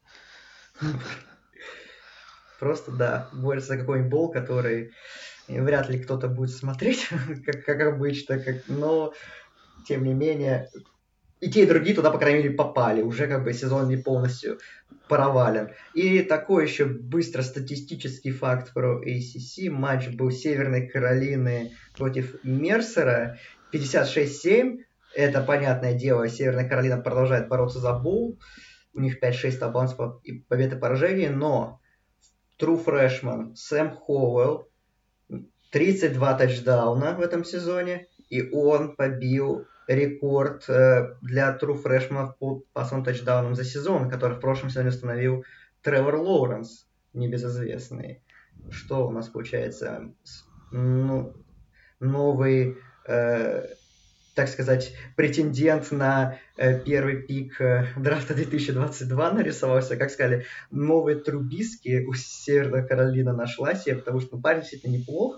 Speaker 1: Просто, да, борются за какой-нибудь бол, который вряд ли кто-то будет смотреть, как, как обычно, как, но, тем не менее, и те, и другие туда, по крайней мере, попали. Уже как бы сезон не полностью провален. И такой еще быстро статистический факт про эй си си. Матч был Северной Каролины против Мерсера. пятьдесят шесть семь. Это, понятное дело, Северная Каролина продолжает бороться за боул. У них пять шесть баланс побед и поражений, но True Freshman Сэм Хоуэлл тридцать два тачдауна в этом сезоне, и он побил рекорд э, для true фрешманов по пасовым тачдаунам за сезон, который в прошлом сезоне установил Тревор Лоуренс, небезызвестный. Что у нас получается? Ну, новый, э, так сказать, претендент на э, первый пик э, драфта две тысячи двадцать два нарисовался. Как сказали, новый Трубиски у Северной Каролины нашлась, потому что ну, парень действительно неплох.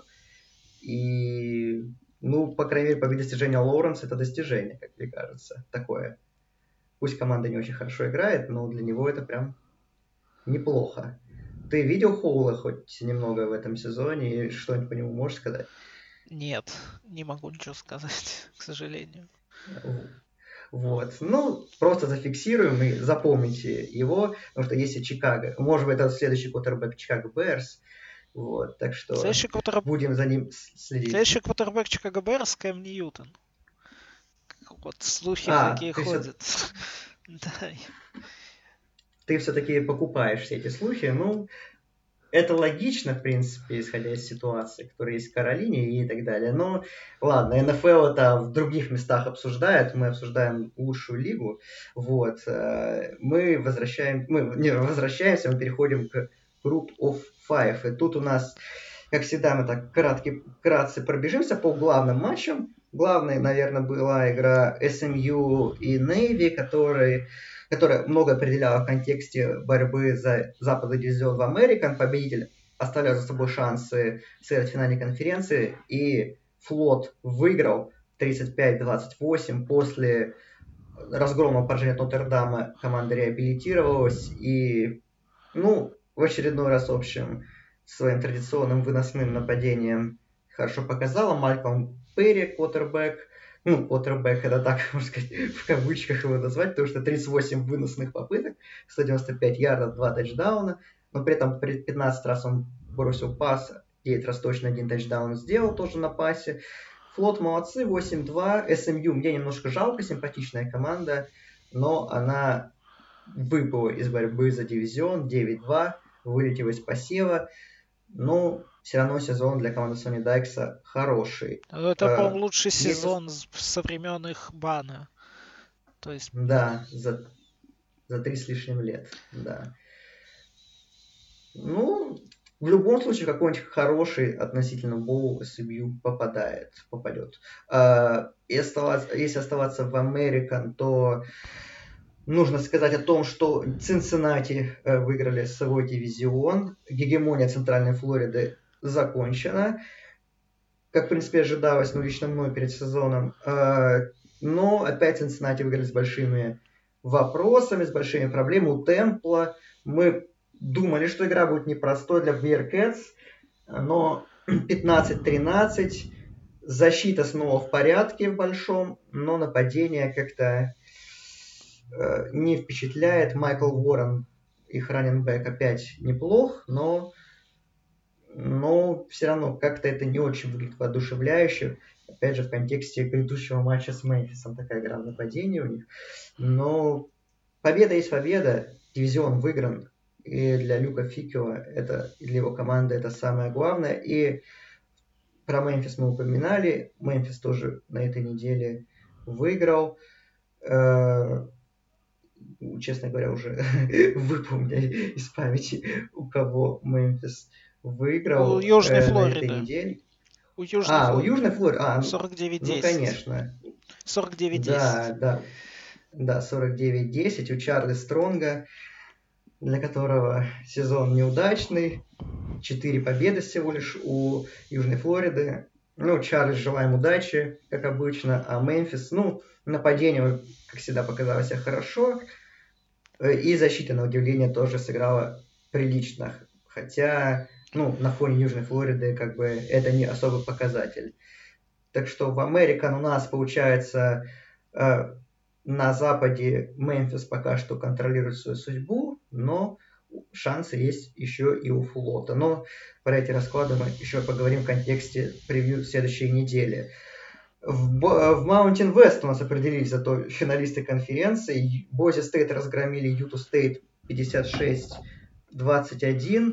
Speaker 1: И, ну, по крайней мере, по достижению Лоуренса это достижение, как мне кажется, такое. Пусть команда не очень хорошо играет, но для него это прям неплохо. Ты видел Хоула хоть немного в этом сезоне и что-нибудь по нему можешь сказать?
Speaker 2: Нет, не могу ничего сказать, к сожалению.
Speaker 1: Вот. Ну, просто зафиксируем и запомните его, потому что если Чикаго, может быть, это следующий квотербэк Чикаго Берс, вот, так что
Speaker 2: Следующий квотер...
Speaker 1: будем за ним следить.
Speaker 2: Следующий квотербэк Чикаго Берс Кэм Ньютон. Вот слухи а, такие ходят. Все... да.
Speaker 1: Ты все-таки покупаешь все эти слухи, ну, это логично, в принципе, исходя из ситуации, которая есть в Каролине и так далее. Но ладно, эн эф эл это в других местах обсуждают, мы обсуждаем лучшую лигу. Вот. Мы возвращаем, мы не возвращаемся, мы переходим к Group of Five. И тут у нас, как всегда, мы так кратки, вкратце пробежимся по главным матчам. Главной, наверное, была игра эс эм ю и Navy, который... которая много определяла в контексте борьбы за западный дивизион в Американ. Победитель оставлял за собой шансы сыграть в финальной конференции, и Флот выиграл тридцать пять двадцать восемь. После разгромного поражения от Нотр-Дама команда реабилитировалась и, ну, в очередной раз, в общем, своим традиционным выносным нападением хорошо показала. Малькольм Перри, квотербэк, ну, квотербэк, это так, можно сказать, в кавычках его назвать, потому что тридцать восемь выносных попыток, сто девяносто пять ярдов, два тачдауна, но при этом пятнадцать раз он бросил пас, девять раз точно один тачдаун сделал тоже на пасе. Флот молодцы, восемь два. эс эм ю мне немножко жалко, симпатичная команда, но она выпала из борьбы за дивизион, девять два, вылетела из посева. Но все равно сезон для команды Сони Дайкса хороший.
Speaker 2: Это, по-моему, лучший сезон со времен их бана. То есть...
Speaker 1: Да, за, за три с лишним лет, да. Ну, в любом случае, какой-нибудь хороший относительно боул эс эм ю попадает, попадет. И оставаться, если оставаться в Американ, то нужно сказать о том, что Цинциннати выиграли свой дивизион. Гегемония Центральной Флориды закончена, как, в принципе, ожидалось, ну, лично мной перед сезоном. Но опять Цинциннати выиграли с большими вопросами, с большими проблемами. У Темпла мы думали, что игра будет непростой для Bearcats, но пятнадцать тринадцать. Защита снова в порядке в большом, но нападение как-то э, не впечатляет. Майкл Уоррен, их раннинбэк, опять неплох, но, но все равно как-то это не очень выглядит воодушевляюще. Опять же, в контексте грядущего матча с Мемфисом такая игра в нападении у них. Но победа есть победа, дивизион выигран. И для Люка Фикела, это, и для его команды это самое главное. И про Мемфис мы упоминали. Мемфис тоже на этой неделе выиграл. Э-э- честно говоря, уже выпал у меня из памяти, у кого Мемфис выиграл.
Speaker 2: У Южной
Speaker 1: э-
Speaker 2: Флориды.
Speaker 1: На этой неделе.
Speaker 2: У Южной
Speaker 1: а,
Speaker 2: Флориды.
Speaker 1: у Южной Флориды. А,
Speaker 2: сорок девять десять.
Speaker 1: Ну, конечно.
Speaker 2: сорок девять десять.
Speaker 1: Да, да. Да, сорок девять десять. У Чарли Стронга, для которого сезон неудачный. Четыре победы всего лишь у Южной Флориды. Ну, Чарльз, желаем удачи, как обычно. А Мемфис, ну, нападение, как всегда, показало себя хорошо. И защита, на удивление, тоже сыграла прилично. Хотя, ну, на фоне Южной Флориды, как бы, это не особый показатель. Так что в Американ у нас, получается, э, на Западе Мемфис пока что контролирует свою судьбу, но шансы есть еще и у Флота. Но про эти расклады мы еще поговорим в контексте превью следующей недели. В, в Mountain West у нас определились зато финалисты конференции. Боise Стейт разгромили Юту Стейт пятьдесят шесть двадцать один.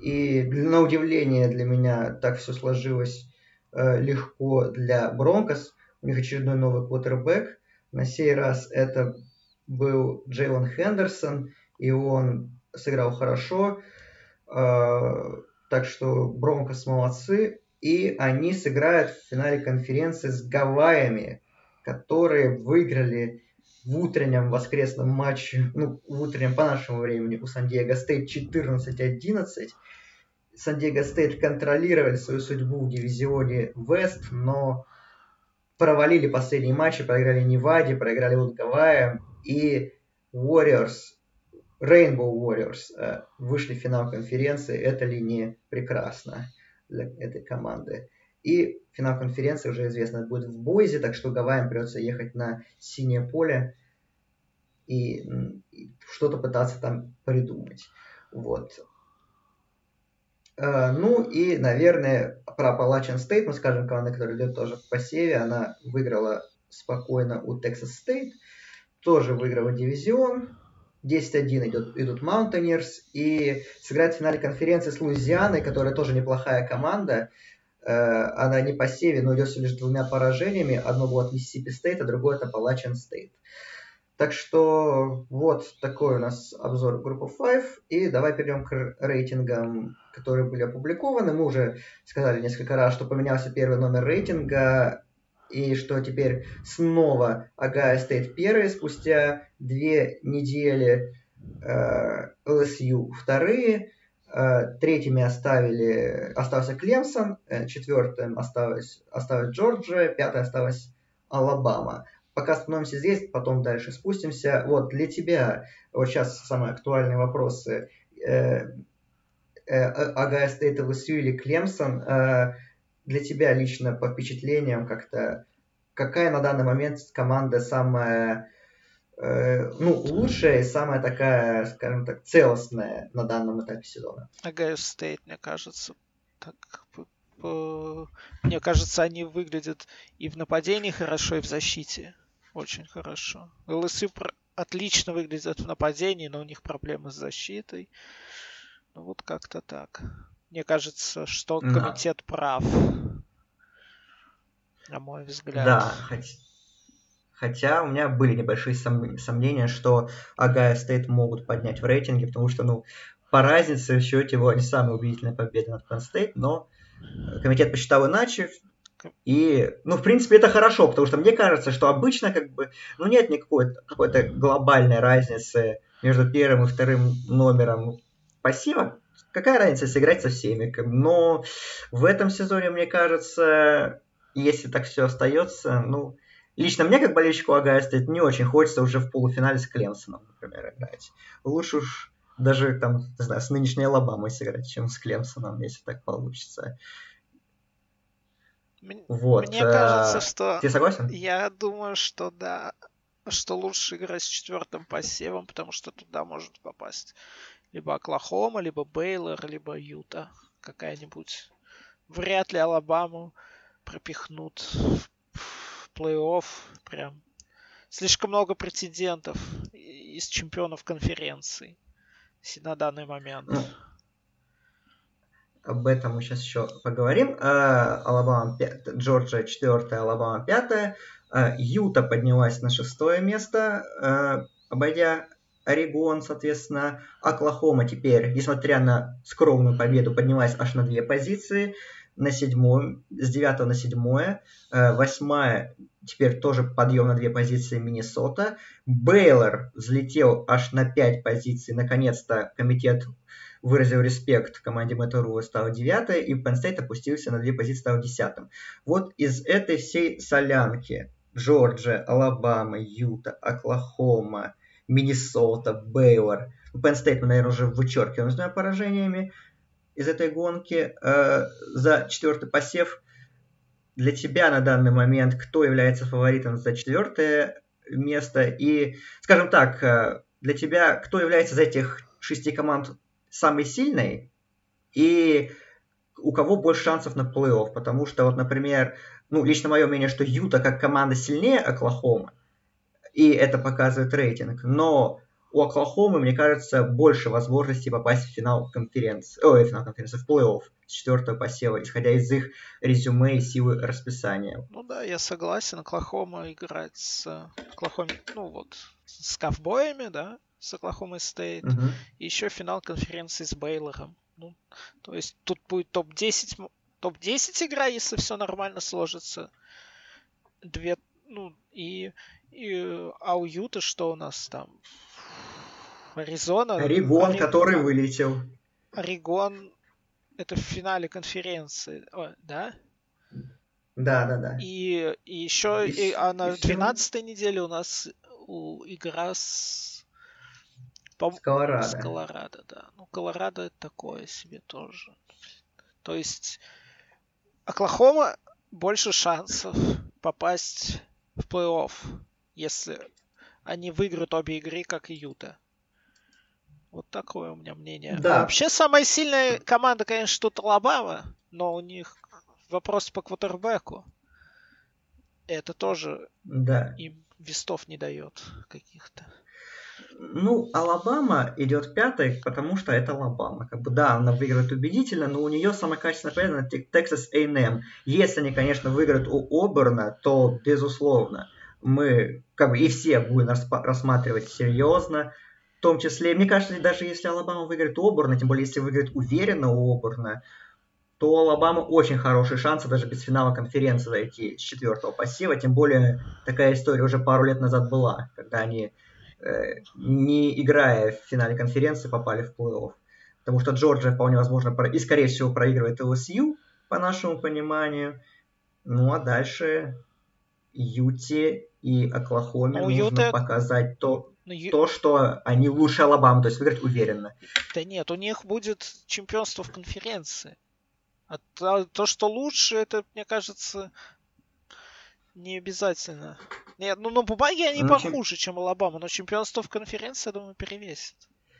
Speaker 1: И на удивление для меня так все сложилось э, легко для Бронкос. У них очередной новый квотербек. На сей раз это был Джейлон Хендерсон, и он сыграл хорошо. Э, так что Бронкос молодцы. И они сыграют в финале конференции с Гавайями, которые выиграли в утреннем воскресном матче, ну, в утреннем по нашему времени у Сан-Диего Стейт четырнадцать одиннадцать. Сан-Диего Стейт контролировали свою судьбу в дивизионе Вест, но провалили последние матчи, проиграли Неваде, проиграли вот Гавайям, и Warriors, Rainbow Warriors э, вышли в финал конференции. Это ли не прекрасно для этой команды? И финал конференции уже известно будет в Бойзе, так что Гавайям придется ехать на синее поле и, и что-то пытаться там придумать. Вот. Uh, ну и, наверное, про Appalachian State мы скажем, команда, которая идет тоже в посеве, она выиграла спокойно у Texas State, тоже выиграла дивизион, десять один идет, идут Mountaineers, и сыграет в финале конференции с Луизианой, которая тоже неплохая команда. Uh, она не по севе, но идет всего лишь двумя поражениями, одно было от Mississippi State, а другое от Appalachian State. Так что вот такой у нас обзор группы пять. И давай перейдем к рейтингам, которые были опубликованы. Мы уже сказали несколько раз, что поменялся первый номер рейтинга, и что теперь снова Огайо Стейт первые, спустя две недели э, эл эс ю вторые, э, третьими оставили, остался Клемсон, э, четвертым осталась, осталась Джорджия, пятой осталась Алабама. Пока остановимся здесь, потом дальше спустимся. Вот для тебя, вот сейчас самые актуальные вопросы. Огайо Стейт, эл эс ю или Клемсон, э, для тебя лично по впечатлениям как-то, какая на данный момент команда самая, э, ну, лучшая и самая такая, скажем так, целостная на данном этапе сезона?
Speaker 2: Огайо Стейт, мне кажется, так... Мне кажется, они выглядят и в нападении хорошо, и в защите очень хорошо. эл эс ю отлично выглядят в нападении, но у них проблемы с защитой. Ну вот как-то так. Мне кажется, что комитет да. прав. На мой взгляд.
Speaker 1: Да, хоть... хотя у меня были небольшие сом... сомнения, что Огайо Стейт могут поднять в рейтинге, потому что, ну, по разнице в счете его не самая убедительная победа над Penn State, но комитет посчитал иначе, и, ну, в принципе, это хорошо, потому что мне кажется, что обычно, как бы, ну, нет никакой какой-то глобальной разницы между первым и вторым номером пассива. Какая разница, если играть со всеми? Но в этом сезоне, мне кажется, если так все остается, ну, лично мне, как болельщику Огайо Стейт, не очень хочется уже в полуфинале с Клемсоном, например, играть. Лучше уж даже там, не знаю, с нынешней Алабамой сыграть, чем с Клемсоном, если так получится.
Speaker 2: Мне,
Speaker 1: вот.
Speaker 2: мне кажется, что...
Speaker 1: Ты согласен?
Speaker 2: Я думаю, что да, что лучше играть с четвертым посевом, потому что туда может попасть либо Оклахома, либо Бейлор, либо Юта какая-нибудь. Вряд ли Алабаму пропихнут в плей-офф. Прям слишком много прецедентов из чемпионов конференции на данный момент.
Speaker 1: Ну, об этом мы сейчас еще поговорим. Алабама, Джорджия четвертая, Алабама пятая. Юта поднялась на шестое место, обойдя Орегон, соответственно. Оклахома теперь, несмотря на скромную победу, поднялась аж на две позиции. На седьмую, с девятого на седьмое. Восьмая, теперь тоже подъем на две позиции, Миннесота. Бейлор взлетел аж на пять позиций. Наконец-то комитет выразил респект команде Мэтта Рула, стал девятой, и Penn State опустился на две позиции, стал десятым. Вот из этой всей солянки Джорджия, Алабама, Юта, Оклахома, Миннесота, Бейлор. Penn State мы, наверное, уже вычеркиваем с двумя поражениями из этой гонки. Э, за четвертый посев. Для тебя на данный момент кто является фаворитом за четвертое место? И, скажем так, для тебя кто является из этих шести команд самой сильной? И у кого больше шансов на плей-офф? Потому что, вот, например, ну, лично мое мнение, что Юта как команда сильнее Оклахомы, и это показывает рейтинг, но у Оклахомы, мне кажется, больше возможностей попасть в финал конференции, ой, финал конференции, в плей-офф с четвертого посева, исходя из их резюме и силы расписания.
Speaker 2: Ну да, я согласен. Оклахома играть с Оклахома, ну вот, с ковбоями, да, с Оклахомой Стейт.
Speaker 1: Угу.
Speaker 2: И еще финал конференции с Бейлором. Ну, то есть тут будет топ десять, топ десять игра, если все нормально сложится. Две, ну, и, и а у Юта что у нас там? Аризона?
Speaker 1: Орегон,
Speaker 2: Ори...
Speaker 1: который вылетел.
Speaker 2: Орегон это в финале конференции, О, да?
Speaker 1: Да, да, да.
Speaker 2: И, и еще и, и, а на
Speaker 1: и
Speaker 2: двенадцатой неделе у нас у, игра с...
Speaker 1: С Колорадо.
Speaker 2: С Колорадо, да. Ну, Колорадо это такое себе тоже. То есть Оклахома больше шансов попасть в плей-офф, если они выиграют обе игры, как и Юта. Вот такое у меня мнение.
Speaker 1: Да.
Speaker 2: А вообще самая сильная команда, конечно, тут Алабама, но у них вопрос по квотербеку. Это тоже
Speaker 1: да.
Speaker 2: им вестов не дает каких-то.
Speaker 1: Ну, Алабама идет пятой, потому что это Алабама. Как бы, да, она выиграет убедительно, но у нее самая качественная победа на Texas эй энд эм. Если они, конечно, выиграют у Оберна, то, безусловно, мы как бы и все будем рассматривать серьезно. В том числе, мне кажется, даже если Алабама выиграет у Оберна, тем более если выиграет уверенно у Оберна, то у Алабамы очень хорошие шансы даже без финала конференции дойти с четвертого посева. Тем более такая история уже пару лет назад была, когда они, э, не играя в финале конференции, попали в плей-офф. Потому что Джорджия вполне возможно и, скорее всего, проигрывает эл эс ю, по нашему пониманию. Ну, а дальше Юте и Оклахоме
Speaker 2: Но
Speaker 1: нужно
Speaker 2: Юта...
Speaker 1: показать то...
Speaker 2: Ю...
Speaker 1: то, что они лучше Алабамы, то есть выиграть уверенно.
Speaker 2: Да нет, у них будет чемпионство в конференции. А то, то, что лучше, это, мне кажется, не обязательно. Нет, ну на бумаге они ну, похуже, чем... чем Алабама, но чемпионство в конференции, я думаю, перевесит.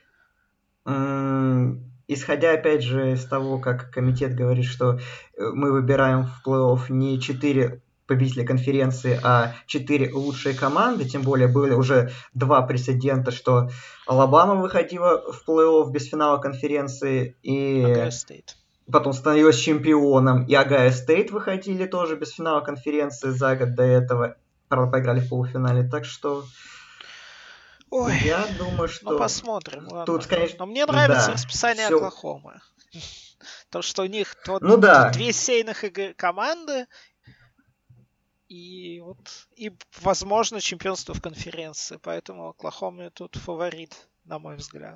Speaker 1: М- исходя, опять же, из того, как комитет говорит, что мы выбираем в плей-офф не четыре победителя конференции, а четыре лучшие команды, тем более были уже два прецедента, что Алабама выходила в плей-офф без финала конференции, и
Speaker 2: Огайо Стейт
Speaker 1: потом становилась чемпионом, и Огайо Стейт выходили тоже без финала конференции за год до этого, правда, поиграли в полуфинале, так что
Speaker 2: Ой,
Speaker 1: я думаю, что...
Speaker 2: Ну, посмотрим, ладно.
Speaker 1: Тут, конечно...
Speaker 2: Но мне нравится
Speaker 1: да,
Speaker 2: расписание
Speaker 1: всё...
Speaker 2: Оклахомы. То, что у них вот
Speaker 1: ну, да.
Speaker 2: две сейных команды, и вот и, возможно, чемпионство в конференции. Поэтому Оклахома тут фаворит, на мой взгляд.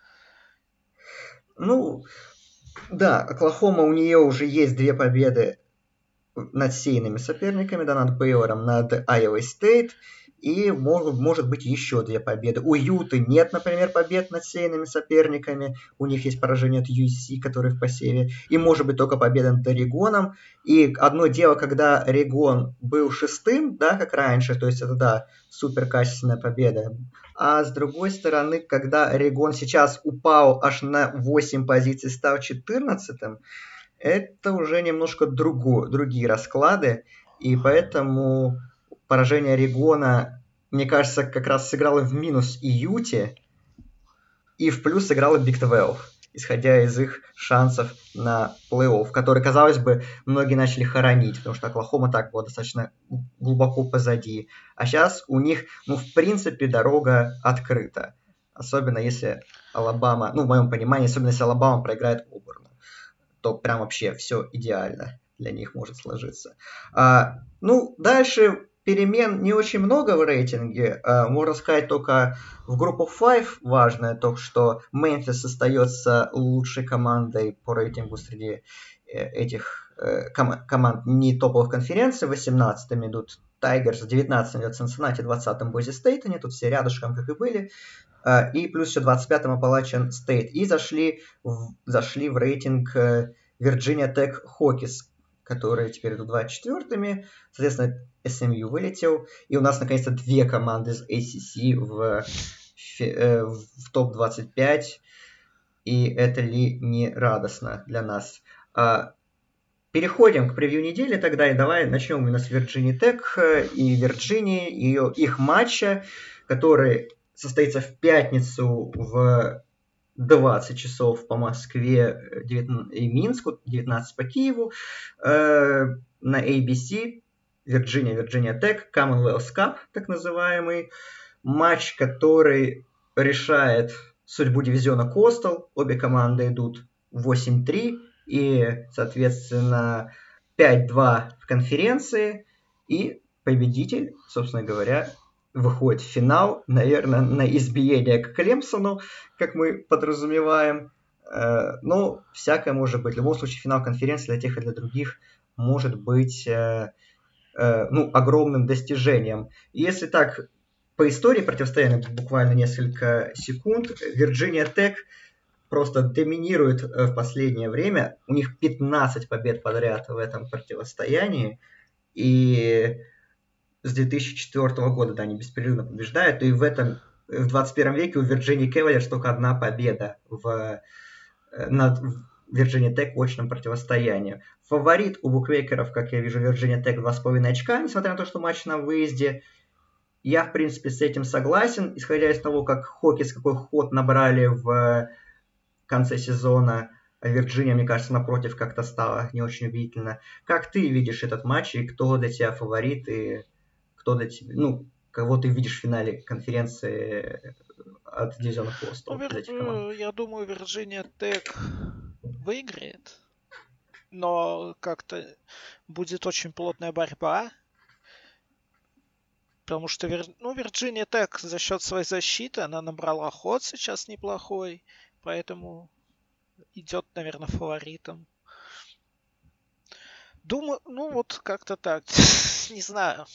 Speaker 1: Ну, да, Оклахома, у нее уже есть две победы над сейными соперниками, да, над Бейлором, над Айова Стейт, и может, может быть еще две победы. У Юты нет, например, побед над сейными соперниками, у них есть поражение от ю эс си, который в посеве, и может быть только победа над Орегоном. И одно дело, когда Орегон был шестым, да, как раньше, то есть это, да, супер качественная победа. А с другой стороны, когда Орегон сейчас упал аж на восемь позиций, стал четырнадцатым, это уже немножко другое, другие расклады, и поэтому поражение Орегона, мне кажется, как раз сыграло в минус и Юте, и в плюс сыграло Биг двенадцать, исходя из их шансов на плей-офф, который, казалось бы, многие начали хоронить, потому что Оклахома так была достаточно глубоко позади. А сейчас у них, ну, в принципе, дорога открыта. Особенно если Алабама, ну, в моем понимании, особенно если Алабама проиграет Оберну, то прям вообще все идеально для них может сложиться. А, ну, дальше перемен не очень много в рейтинге. А, можно сказать только в группу пять важное то, что Мемфис остается лучшей командой по рейтингу среди этих э, ком- команд не топовых конференций. восемнадцатым идут Тайгерс, девятнадцатым идет Цинциннати, двадцатым Бойзи Стейт. Они тут все рядышком, как и были. И плюс еще двадцать пятым Appalachian State. И зашли в, зашли в рейтинг Virginia Tech Hokies, которые теперь идут двадцать четвёртыми. Соответственно, эс эм ю вылетел. И у нас, наконец-то, две команды из эй си си в, в, в топ двадцать пять. И это ли не радостно для нас? Переходим к превью недели тогда. И давай начнем именно с Virginia Tech и Вирджинии, ее, их матча, который... состоится в пятницу в двадцать часов по Москве и Минску, девятнадцать по Киеву, э, на эй би си, Virginia, Virginia Tech, Commonwealth Cup, так называемый, матч, который решает судьбу дивизиона Coastal. Обе команды идут восемь три и, соответственно, пять два в конференции, и победитель, собственно говоря, выходит в финал, наверное, на избиение к Клемсону, как мы подразумеваем. Э, ну, всякое может быть. В любом случае, финал конференции для тех и для других может быть э, э, ну, огромным достижением. Если так, по истории противостояния буквально несколько секунд, Virginia Tech просто доминирует в последнее время. У них пятнадцать побед подряд в этом противостоянии. И с две тысячи четвёртого года, да, они беспрерывно побеждают, и в этом, в двадцать первом веке у Virginia Cavaliers только одна победа в, над Virginia Tech в очном противостоянии. Фаворит у букмекеров, как я вижу, Virginia Tech два с половиной очка, несмотря на то, что матч на выезде. Я, в принципе, с этим согласен, исходя из того, как Хоккейс, какой ход набрали в конце сезона. Вирджиния, мне кажется, напротив, как-то стало не очень убедительно. Как ты видишь этот матч, и кто для тебя фаворит, и кто для тебя, ну, кого ты видишь в финале конференции от дивизиона Coastal?
Speaker 2: Ну, вир... Я думаю, Virginia Tech выиграет, но как-то будет очень плотная борьба, потому что ну, Virginia Tech за счет своей защиты, она набрала ход сейчас неплохой, поэтому идет, наверное, фаворитом. Думаю, ну вот как-то так. Не знаю.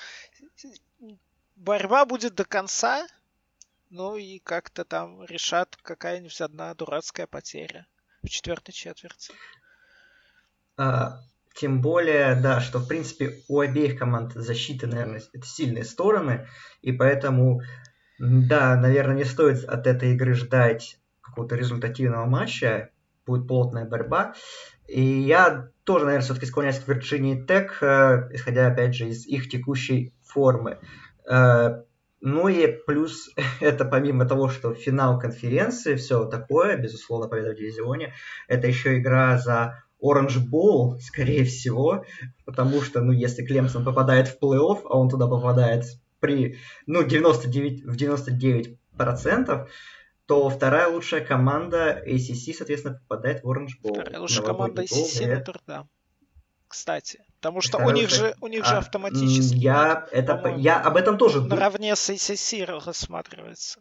Speaker 2: Борьба будет до конца. Ну и как-то там решат какая-нибудь одна дурацкая потеря в четвертой четверти.
Speaker 1: А, тем более, да, что в принципе у обеих команд защиты, наверное, это сильные стороны. И поэтому, да, наверное, не стоит от этой игры ждать какого-то результативного матча. Будет плотная борьба. И я тоже, наверное, все-таки склоняюсь к Virginia Tech, э, исходя, опять же, из их текущей формы. Э, ну и плюс это помимо того, что финал конференции, все такое, безусловно, победа в дивизионе, это еще игра за Orange Bowl, скорее всего, потому что, ну, если Клемсон попадает в плей-офф, а он туда попадает при, ну, девяносто девять, в девяносто девять процентов, то вторая лучшая команда эй си си, соответственно, попадает в Orange Bowl.
Speaker 2: Вторая лучшая команда эй си си Нотр-Дам. Кстати. Потому что
Speaker 1: вторая
Speaker 2: у них,
Speaker 1: лучшая...
Speaker 2: же, у них
Speaker 1: а,
Speaker 2: же автоматически
Speaker 1: я, это, я об этом тоже думаю.
Speaker 2: Наравне с эй си си рассматривается.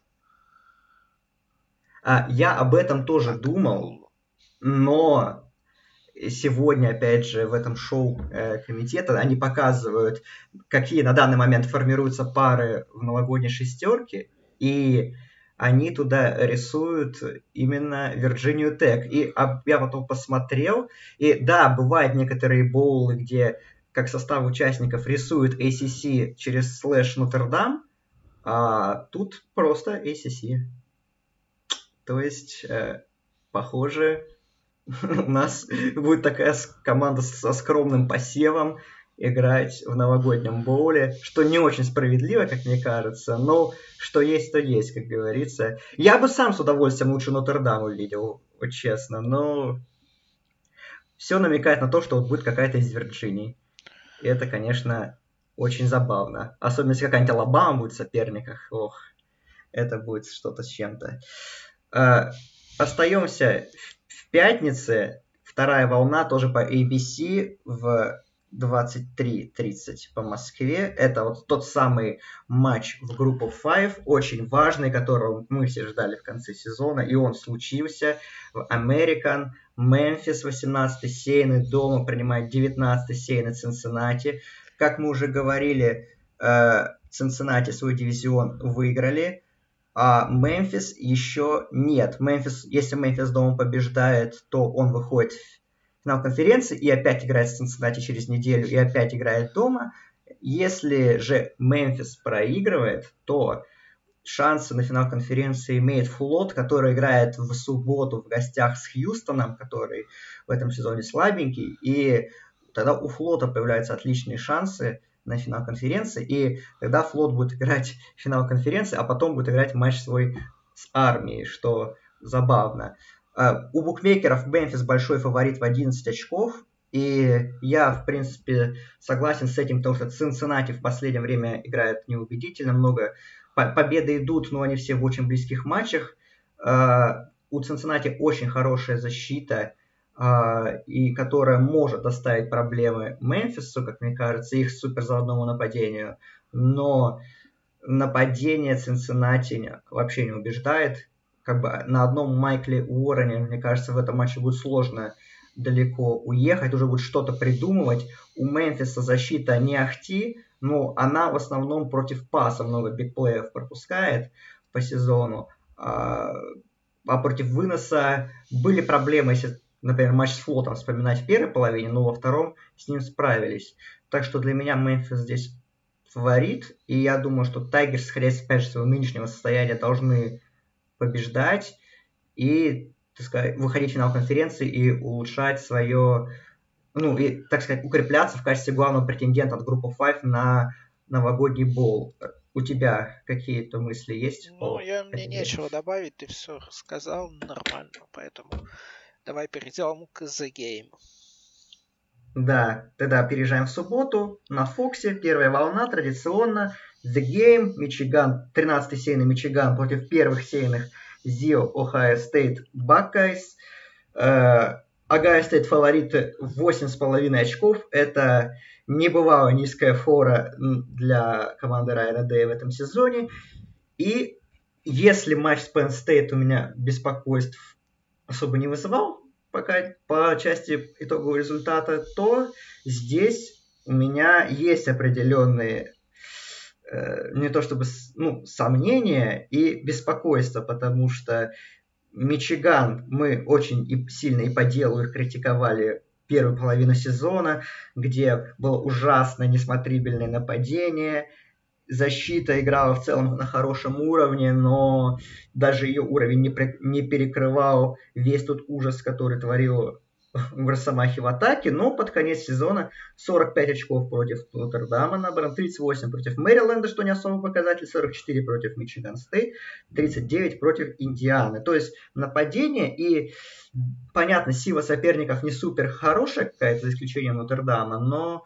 Speaker 1: А, я об этом тоже так, думал, но сегодня, опять же, в этом шоу э, комитета они показывают, какие на данный момент формируются пары в новогодней шестерке, и они туда рисуют именно Virginia Tech. И а, я потом посмотрел, и да, бывают некоторые боулы, где как состав участников рисуют эй си си через слэш Нотр-Дам, а тут просто эй си си. То есть, э, похоже, у нас будет такая команда со скромным посевом играть в новогоднем боуле, что не очень справедливо, как мне кажется, но что есть, то есть, как говорится. Я бы сам с удовольствием лучше Нотр-Дам увидел, вот честно, но все намекает на то, что вот будет какая-то из Вирджинии. И это, конечно, очень забавно. Особенно, если какая-нибудь Алабама будет в соперниках. Ох, это будет что-то с чем-то. А, остаемся в пятнице. Вторая волна тоже по эй би си в двадцать три тридцать по Москве. Это вот тот самый матч в группу пять, очень важный, которого мы все ждали в конце сезона, и он случился. В American Мемфис восемнадцатый сейны дома принимает девятнадцатый сейны Цинциннати. Как мы уже говорили, Цинциннати свой дивизион выиграли, а Мемфис еще нет. Мемфис, если Мемфис дома побеждает, то он выходит в финал конференции и опять играет с Цинциннати через неделю и опять играет дома. Если же Мемфис проигрывает, то шансы на финал конференции имеет Флот, который играет в субботу в гостях с Хьюстоном, который в этом сезоне слабенький. И тогда у Флота появляются отличные шансы на финал конференции, и тогда Флот будет играть финал конференции, а потом будет играть матч свой с Армией, что забавно. Uh, у букмекеров Мемфис большой фаворит в одиннадцать очков, и я, в принципе, согласен с этим, потому что Цинциннати в последнее время играет неубедительно много. Победы идут, но они все в очень близких матчах. Uh, у Цинциннати очень хорошая защита, uh, и которая может доставить проблемы Мемфису, как мне кажется, их суперзаводному нападению. Но нападение Цинциннати вообще не убеждает. Как бы на одном Майкле Уоррене, мне кажется, в этом матче будет сложно далеко уехать, уже будет что-то придумывать. У Мемфиса защита не ахти, но она в основном против паса много бигплеев пропускает по сезону. А, а против выноса были проблемы, если, например, матч с Флотом вспоминать в первой половине, но во втором с ним справились. Так что для меня Мемфис здесь фаворит, и я думаю, что Тайгерс, исходя из, опять же, своего нынешнего состояния, должны побеждать и, так сказать, выходить в финал конференции и улучшать свое, ну, и, так сказать, укрепляться в качестве главного претендента от группы пять на новогодний боул. У тебя какие-то мысли есть?
Speaker 2: Ну, я, мне нечего добавить, ты все рассказал нормально, поэтому давай перейдем к The Game.
Speaker 1: Да, тогда переезжаем в субботу на Фоксе, первая волна, традиционно. The Game, Мичиган, тринадцатый сейный Мичиган против первых сейных Зио, Ohio State, Buckeyes. Ohio State фавориты восемь с половиной очков. Это небывало низкая фора для команды Райана Дэя в этом сезоне. И если матч с Penn State у меня беспокойств особо не вызывал, пока по части итогового результата, то здесь у меня есть определенные э, не то чтобы ну, сомнения и беспокойство, потому что Мичиган, мы очень и сильно и по делу их критиковали первую половину сезона, где было ужасное несмотрибельное нападение. Защита играла в целом на хорошем уровне, но даже ее уровень не, при, не перекрывал весь тот ужас, который творил в Росомахе в атаке. Но под конец сезона сорок пять очков против Нотр-Дама набрано, тридцать восемь против Мэриленда, что не особо показатель, сорок четыре против Мичиган Стейт, тридцать девять против Индианы. То есть нападение и, понятно, сила соперников не супер хорошая какая-то, за исключением Нотр-Дама, но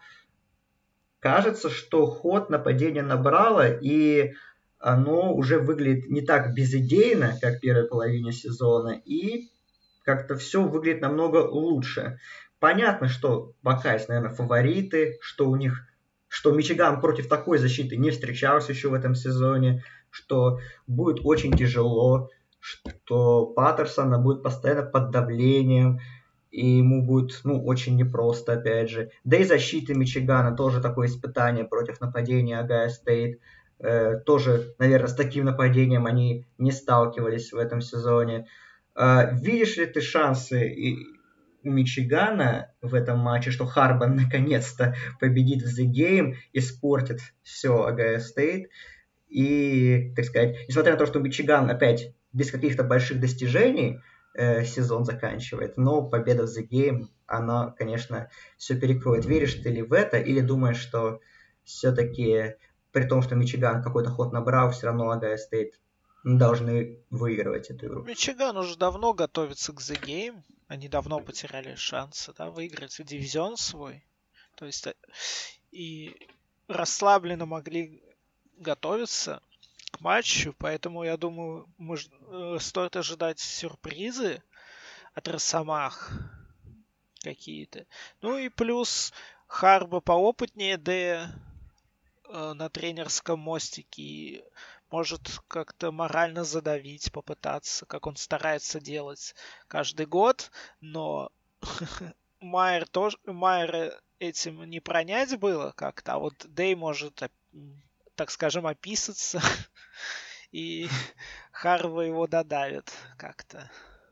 Speaker 1: кажется, что ход нападения набрало, и оно уже выглядит не так безидейно, как в первой половине сезона, и как-то все выглядит намного лучше. Понятно, что Buckeyes, наверное, фавориты, что у них, что Мичиган против такой защиты не встречался еще в этом сезоне, что будет очень тяжело, что Паттерсона будет постоянно под давлением, и ему будет, ну, очень непросто, опять же. Да и защита Мичигана тоже такое испытание против нападения Ohio State. Э, тоже, наверное, с таким нападением они не сталкивались в этом сезоне. Э, видишь ли ты шансы и, у Мичигана в этом матче, что Харбан наконец-то победит в The Game, испортит все Ohio State? И, так сказать, несмотря на то, что Мичиган опять без каких-то больших достижений сезон заканчивает, но победа в The Game, она, конечно, все перекроет. Веришь ты ли в это, или думаешь, что все-таки, при том, что Мичиган какой-то ход набрал, все равно Ohio State должны выигрывать эту игру?
Speaker 2: Мичиган уже давно готовится к The Game, они давно потеряли шансы, да, выиграть дивизион свой, то есть и расслабленно могли готовиться к матчу, поэтому я думаю, мож... стоит ожидать сюрпризы от Росомах какие-то. Ну и плюс Харба поопытнее Дэя э, на тренерском мостике и может как-то морально задавить, попытаться, как он старается делать каждый год, но Майер тоже, Майера этим не пронять было как-то, а вот Дэй может, так скажем, описаться, и Харва его додавит как-то.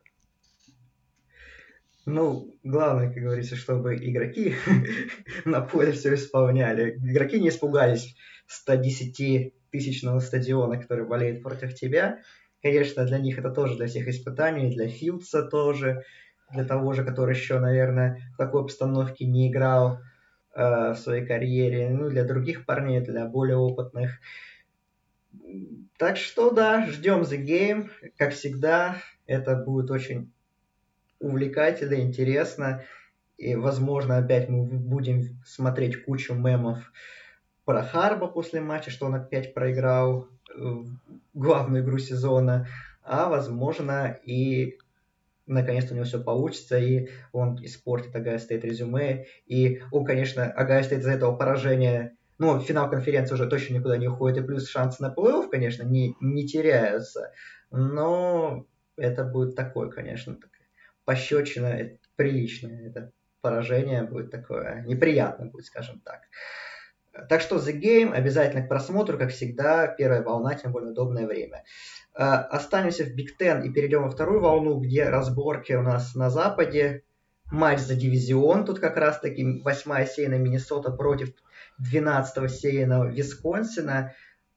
Speaker 1: Ну, главное, как говорится, чтобы игроки на поле все исполняли. Игроки не испугались сто десятитысячного стадиона, который болеет против тебя. Конечно, для них это тоже для всех испытаний, для Филдса тоже, для того же, который еще, наверное, в такой обстановке не играл. э, в своей карьере, ну, для других парней, для более опытных. Так что, да, ждем The Game. Как всегда, это будет очень увлекательно, интересно. И, возможно, опять мы будем смотреть кучу мемов про Харба после матча, что он опять проиграл главную игру сезона. А, возможно, и наконец-то у него все получится, и он испортит Огайо Стейт резюме. И он, конечно, Огайо Стейт из-за этого поражения, ну, финал конференции уже точно никуда не уходит, и плюс шансы на плей-офф, конечно, не, не теряются. Но это будет такое, конечно, пощечина приличное. Это поражение будет такое неприятное, будет, скажем так. Так что The Game обязательно к просмотру, как всегда, первая волна, тем более удобное время. Останемся в Big Ten и перейдем во вторую волну, где разборки у нас на Западе. Матч за дивизион, тут как раз таки восьмая сеянная Миннесота против двенадцатого сеянного Висконсина.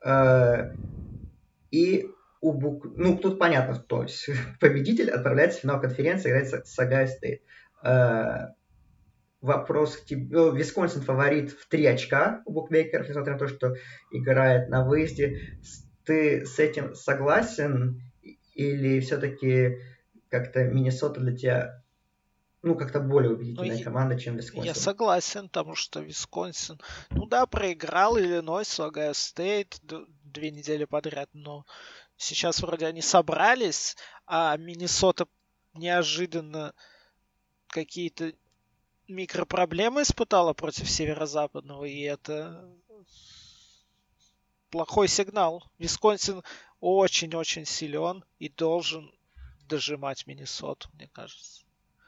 Speaker 1: И у Бук... ну, тут понятно, то есть победитель отправляется в финал конференции, играет с Огайо Стейт. Вопрос к тебе. Висконсин фаворит в три очка у букмекеров, несмотря на то, что играет на выезде. Ты с этим согласен? Или все-таки как-то Миннесота для тебя, ну, как-то более убедительная ну, команда, чем Висконсин?
Speaker 2: Я согласен, потому что Висконсин, ну да, проиграл Иллинойс, Огайо Стейт две недели подряд, но сейчас вроде они собрались, а Миннесота неожиданно какие-то микропроблемы испытала против Северо-Западного, и это плохой сигнал. Висконсин очень-очень силен и должен дожимать Миннесоту, мне кажется.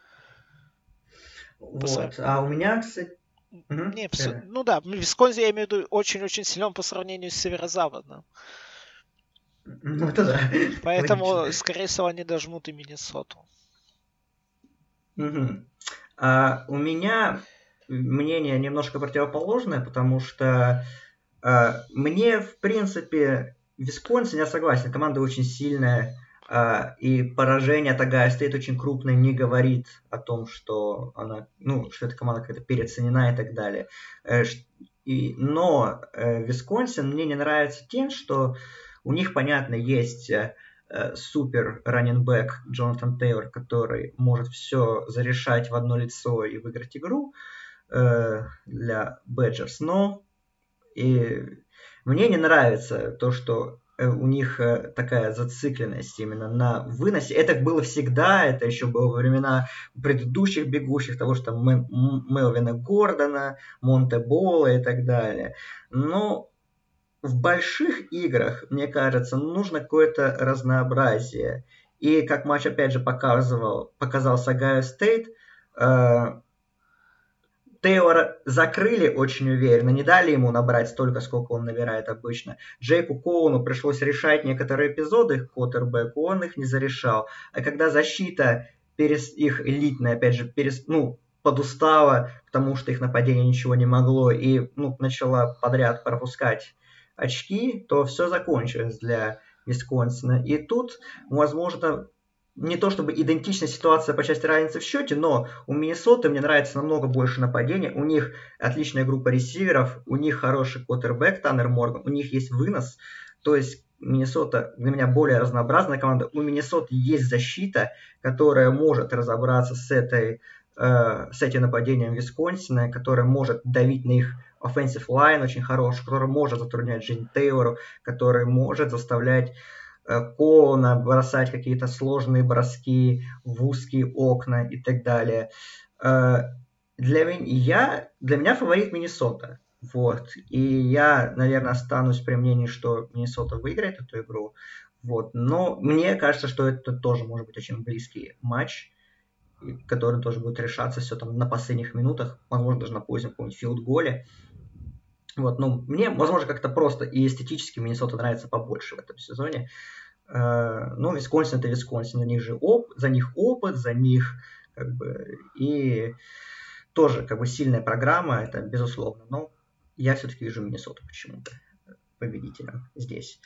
Speaker 1: Вот. Посрав... А у меня, кстати...
Speaker 2: Не, угу. все... Ну да, Висконсин, я имею в виду, очень-очень силен по сравнению с Северо-Западным.
Speaker 1: Ну это да.
Speaker 2: Поэтому, логично. Скорее всего, они дожмут и Миннесоту.
Speaker 1: Угу. А у меня мнение немножко противоположное, потому что а, мне, в принципе, Висконсин, я согласен, команда очень сильная, а, и поражение от Огайо Стейт очень крупное не говорит о том, что она, ну, что эта команда как-то переоценена и так далее. И, но э, Висконсин мне не нравится тем, что у них, понятно, есть э, супер раннинбэк Джонатан Тейлор, который может все зарешать в одно лицо и выиграть игру э, для Бэджерс. Но и мне не нравится то, что у них такая зацикленность именно на выносе. Это было всегда, это еще было во времена предыдущих бегущих, того, что Мелвина Гордона, Монте Бола и так далее. Но в больших играх, мне кажется, нужно какое-то разнообразие. И как матч опять же показывал, показал с Огайо Стейт, э, Тейлора закрыли очень уверенно, не дали ему набрать столько, сколько он набирает обычно. Джейку Коуну пришлось решать некоторые эпизоды, квотербеку, он их не зарешал. А когда защита перес... их элитная, опять же, перес... ну, подустала, потому что их нападение ничего не могло, и ну, начала подряд пропускать очки, то все закончилось для Висконсина. И тут, возможно, не то чтобы идентичная ситуация по части разницы в счете, но у Миннесоты мне нравится намного больше нападения. У них отличная группа ресиверов, у них хороший квотербек Таннер Морган, у них есть вынос. То есть Миннесота для меня более разнообразная команда. У Миннесоты есть защита, которая может разобраться с, этой, э, с этим нападением Висконсина, которая может давить на их offensive line очень хороший, который может затруднять жизнь Тейлору, который может заставлять Коуна бросать какие-то сложные броски в узкие окна и так далее. Для меня, я, для меня фаворит Миннесота. Вот. И я, наверное, останусь при мнении, что Миннесота выиграет эту игру. Вот. Но мне кажется, что это тоже может быть очень близкий матч, который тоже будет решаться все там на последних минутах, возможно, даже на позднем каком-нибудь филд-голе. Вот, ну, мне, возможно, как-то просто и эстетически Миннесота нравится побольше в этом сезоне. Ну, Висконсин это Висконсин, за них же оп, за них опыт, за них как бы и тоже как бы сильная программа, это безусловно. Но я все-таки вижу Миннесоту почему-то победителем здесь.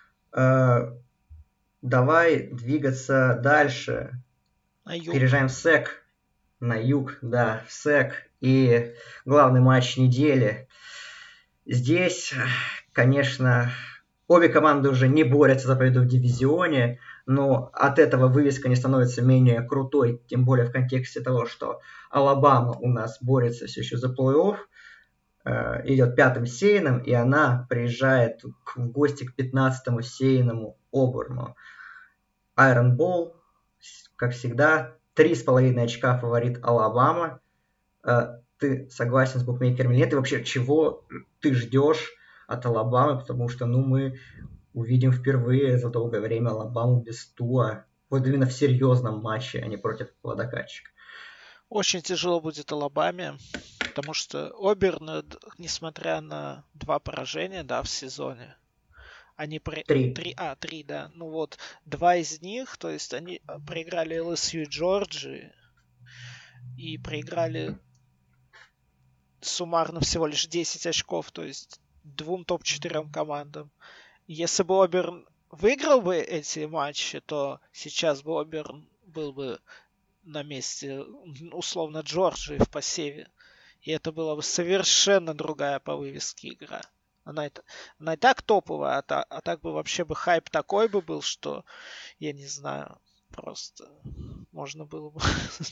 Speaker 1: Давай двигаться дальше.
Speaker 2: На юг.
Speaker 1: Переезжаем в СЭК. На юг, да, в СЭК. И главный матч недели. Здесь, конечно, обе команды уже не борются за победу в дивизионе, но от этого вывеска не становится менее крутой, тем более в контексте того, что Алабама у нас борется все еще за плей-офф, э, идет пятым сеяном, и она приезжает к, в гости к пятнадцатому сеяному Оберну. Iron Bowl, как всегда, три с половиной очка фаворит Алабама. Э, ты согласен с букмекерами? Нет, и вообще, чего ты ждешь от Алабамы? Потому что, ну, мы увидим впервые за долгое время Алабаму без Туа. Вот именно в серьезном матче, а не против водокатчика.
Speaker 2: Очень тяжело будет Алабаме, потому что Оберн, несмотря на два поражения, да, в сезоне, они при...
Speaker 1: Три.
Speaker 2: три, а, три, да. Ну вот, два из них, то есть они проиграли эл эс ю и Джорджии и проиграли суммарно всего лишь десять очков, то есть двум топ-четырем командам. Если бы Оберн выиграл бы эти матчи, то сейчас бы Оберн был бы на месте, условно, Джорджии в посеве. И это была бы совершенно другая по вывеске игра. Она, это, она и так топовая, а, та, а так бы вообще бы хайп такой бы был, что, я не знаю, просто можно было бы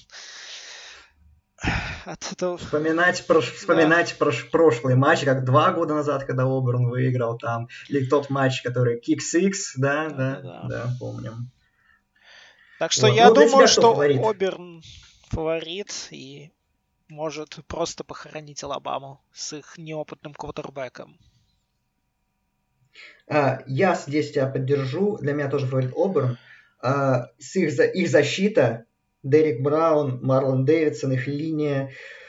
Speaker 2: от этого...
Speaker 1: Вспоминать, про, вспоминать да. про, прошлый матч, как два года назад, когда Оберн выиграл там, или тот матч, который Kick Six, да, да, да, да, да помним.
Speaker 2: Так что вот. я ну, думаю, что Оберн фаворит и может просто похоронить Алабаму с их неопытным квотербеком.
Speaker 1: А, я здесь тебя поддержу. Для меня тоже фаворит Оберн. А, с их, их защита, Дерек Браун, Марлон Дэвидсон, их линия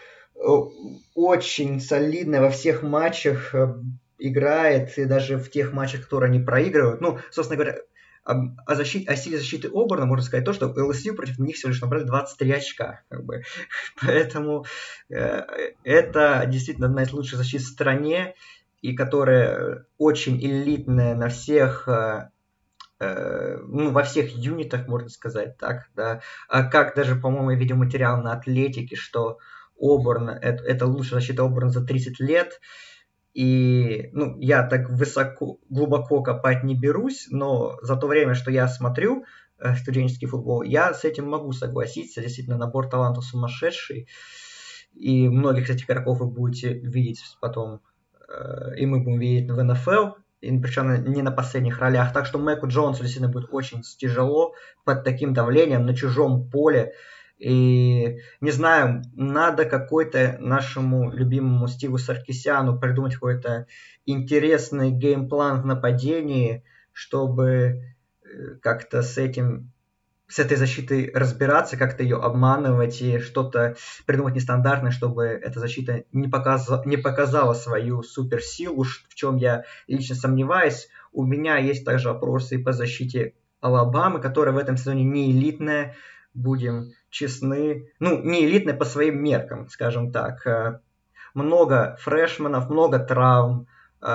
Speaker 1: очень солидная во всех матчах играет, и даже в тех матчах, которые они проигрывают. Ну, собственно говоря, о, защите, о силе защиты Оберна можно сказать то, что эл эс ю против них всего лишь набрали двадцать три очка. Как бы. Поэтому э, это действительно одна из лучших защит в стране, и которая очень элитная на всех, э, э, ну, во всех юнитах, можно сказать так. Да. А как даже, по-моему, я видел материал на Атлетике, что Оберн, это, это лучшая защита Оберна за тридцать лет. И, ну, я так высоко, глубоко копать не берусь, но за то время, что я смотрю э, студенческий футбол, я с этим могу согласиться. Действительно, набор талантов сумасшедший. И многих этих игроков вы будете видеть потом, э, и мы будем видеть в эн эф эл, и, причем не на последних ролях. Так что Мэку Джонсу действительно будет очень тяжело под таким давлением на чужом поле. И, не знаю, надо какой-то нашему любимому Стиву Саркисяну придумать какой-то интересный геймплан в нападении, чтобы как-то с этим, с этой защитой разбираться, как-то ее обманывать и что-то придумать нестандартное, чтобы эта защита не показала, не показала свою суперсилу, в чем я лично сомневаюсь. У меня есть также вопросы и по защите Алабамы, которая в этом сезоне не элитная, будем честны, ну, не элитная по своим меркам, скажем так. Много фрешменов, много травм.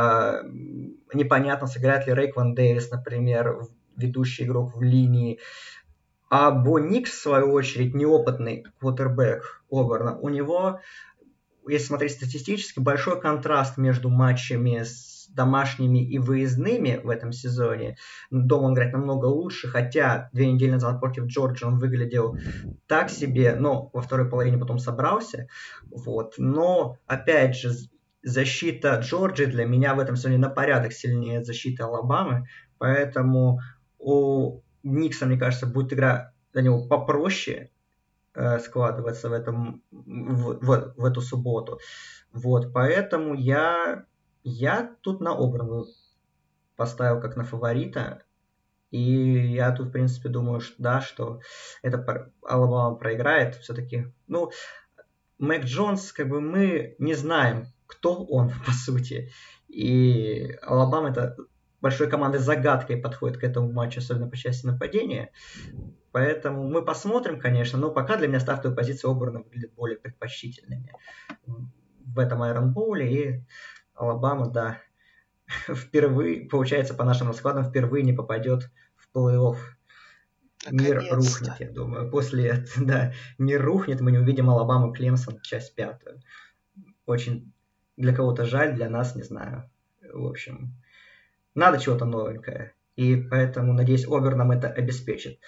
Speaker 1: Непонятно, сыграет ли Рейкван Дэвис, например, ведущий игрок в линии. А Бо Никс, в свою очередь, неопытный квотербек Оберна. У него, если смотреть статистически, большой контраст между матчами с домашними и выездными в этом сезоне. Дома он играет намного лучше, хотя две недели назад против Джорджии он выглядел так себе, но во второй половине потом собрался. Вот. Но, опять же, защита Джорджии для меня в этом сезоне на порядок сильнее защиты Алабамы, поэтому у Никса, мне кажется, будет игра для него попроще э, складываться в, этом, в, в, в эту субботу. Вот, поэтому я... Я тут на Оберн поставил как на фаворита, и я тут, в принципе, думаю, что да, что это Алабама проиграет все-таки. Ну, Мэк Джонс, как бы мы не знаем, кто он, по сути, и Алабама это большой командой загадкой подходит к этому матчу, особенно по части нападения, поэтому мы посмотрим, конечно, но пока для меня стартовые позиции Оберна выглядят более предпочтительными в этом Iron Bowl, и Алабама, да, впервые, получается, по нашим раскладам, впервые не попадет в плей-офф мир рухнет, я думаю. После этого, да, мир рухнет, мы не увидим Алабама Клемсон, часть пятую. Очень для кого-то жаль, для нас не знаю. В общем, надо чего-то новенькое. И поэтому, надеюсь, Обер нам это обеспечит.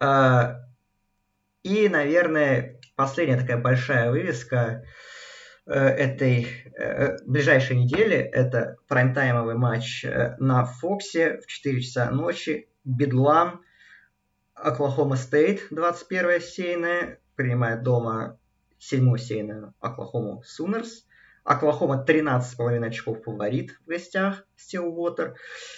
Speaker 1: И, наверное, последняя такая большая вывеска этой ближайшей недели – это прайм-таймовый матч на Фоксе в четыре часа ночи. Бедлам, Оклахома Стейт, двадцать первая сейная, принимает дома седьмую сейную Оклахому Сунерс. Оклахома тринадцать с половиной очков фаворит в гостях, Стилвотер.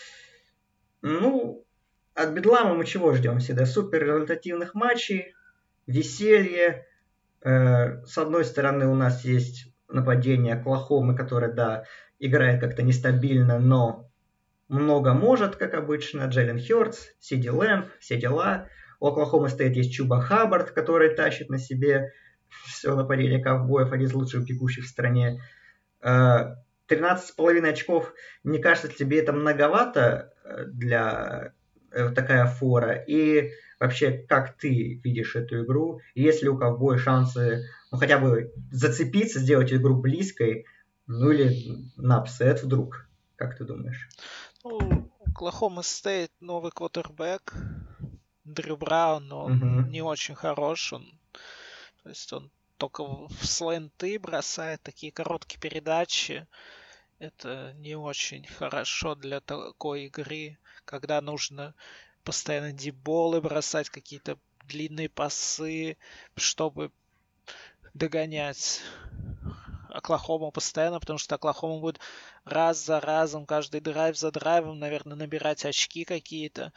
Speaker 1: Ну, от Бедлама мы чего ждем всегда? Супер результативных матчей, веселье. С одной стороны у нас есть нападение Оклахомы, которое, да, играет как-то нестабильно, но много может, как обычно. Джейлен Хёртс, Сиди Лэмп, все дела. У Оклахомы Стейт есть Чуба Хаббард, который тащит на себе все нападение ковбоев, один из лучших бегущих в стране. тринадцать с половиной очков, мне кажется, тебе это многовато для такая фора? И вообще, как ты видишь эту игру? Есть ли у ковбоя шансы, ну, хотя бы зацепиться, сделать игру близкой, ну, или на апсет вдруг? Как ты думаешь?
Speaker 2: Ну, Оклахома Стейт новый квотербек. Дрю Браун, он
Speaker 1: Угу.
Speaker 2: не очень хорош. Он, то есть он только в сленты бросает, такие короткие передачи. Это не очень хорошо для такой игры, когда нужно постоянно дипболы бросать, какие-то длинные пасы, чтобы догонять Оклахому постоянно, потому что Оклахома будет раз за разом, каждый драйв за драйвом, наверное, набирать очки какие-то.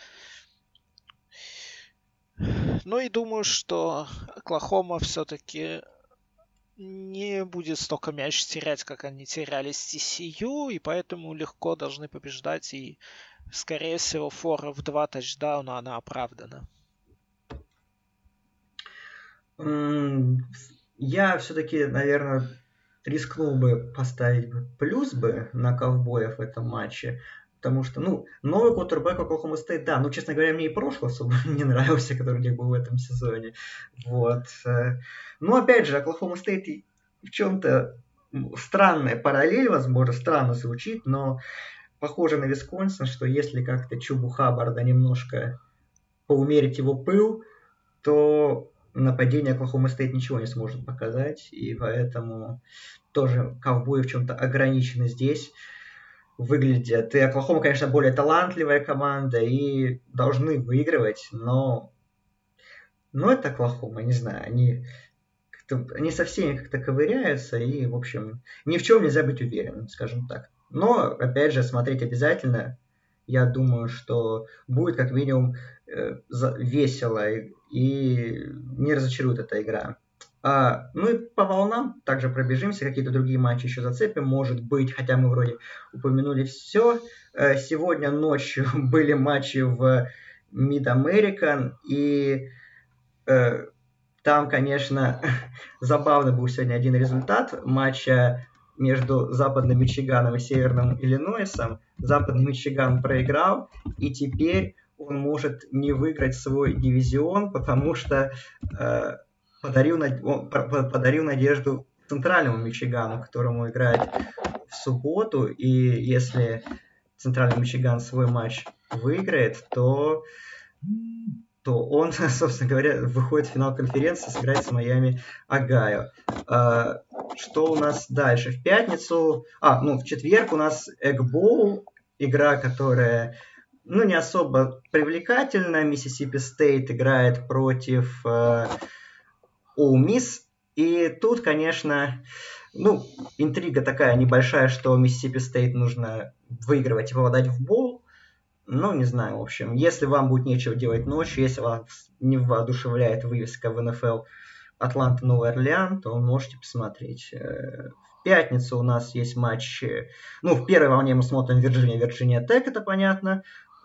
Speaker 2: Ну и думаю, что Оклахома все-таки не будет столько мяч терять, как они теряли с Ти Си Ю, и поэтому легко должны побеждать, и, скорее всего, фора в два тачдауна, она оправдана.
Speaker 1: Я все-таки, наверное, рискнул бы поставить бы плюс бы на ковбоев в этом матче, потому что, ну, новый квотербек Оклахома Стейт, да, ну, честно говоря, мне и прошлый особо не нравился, который у них был в этом сезоне. Вот. Но, опять же, Оклахома Стейт в чем-то странная параллель, возможно, странно звучит, но похоже на Висконсин, что если как-то Чубу Хаббарда немножко поумерить его пыл, то нападение Оклахома Стейт ничего не сможет показать, и поэтому тоже ковбои в чем-то ограничены здесь. Выглядят. И Оклахома, конечно, более талантливая команда и должны выигрывать, но, но это Оклахома, не знаю, они, они со всеми как-то ковыряются и, в общем, ни в чем нельзя быть уверенным, скажем так. Но, опять же, смотреть обязательно. Я думаю, что будет как минимум э, весело и, и не разочарует эта игра. А, ну и по волнам также пробежимся, какие-то другие матчи еще зацепим, может быть, хотя мы вроде упомянули все. Сегодня ночью были матчи в Mid-American, и э, там, конечно, забавно был сегодня один результат матча между Западным Мичиганом и Северным Иллинойсом. Западный Мичиган проиграл, и теперь он может не выиграть свой дивизион, потому что... Э, Подарил, подарил надежду Центральному Мичигану, которому играет в субботу. И если Центральный Мичиган свой матч выиграет, то, то он, собственно говоря, выходит в финал конференции, сыграет с Майами Огайо. А, что у нас дальше? В пятницу... А, ну, в четверг у нас Egg Bowl, игра, которая... Ну, не особо привлекательна. Миссисипи Стейт играет против... Ole Miss. И тут, конечно, ну, интрига такая небольшая, что Миссисипи Стейт нужно выигрывать и попадать в боул. Ну, не знаю, в общем, если вам будет нечего делать ночью, если вас не воодушевляет вывеска в эн эф эл Атланта Новый Орлеан, то можете посмотреть. В пятницу у нас есть матч... Ну, в первой волне мы смотрим Вирджиния, Вирджиния Тек, это понятно.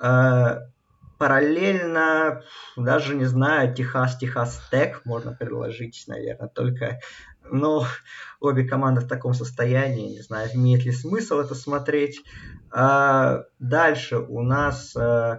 Speaker 1: Параллельно, даже не знаю, Техас, Техас Тек можно предложить, наверное, только, но обе команды в таком состоянии, не знаю, имеет ли смысл это смотреть. А дальше у нас а,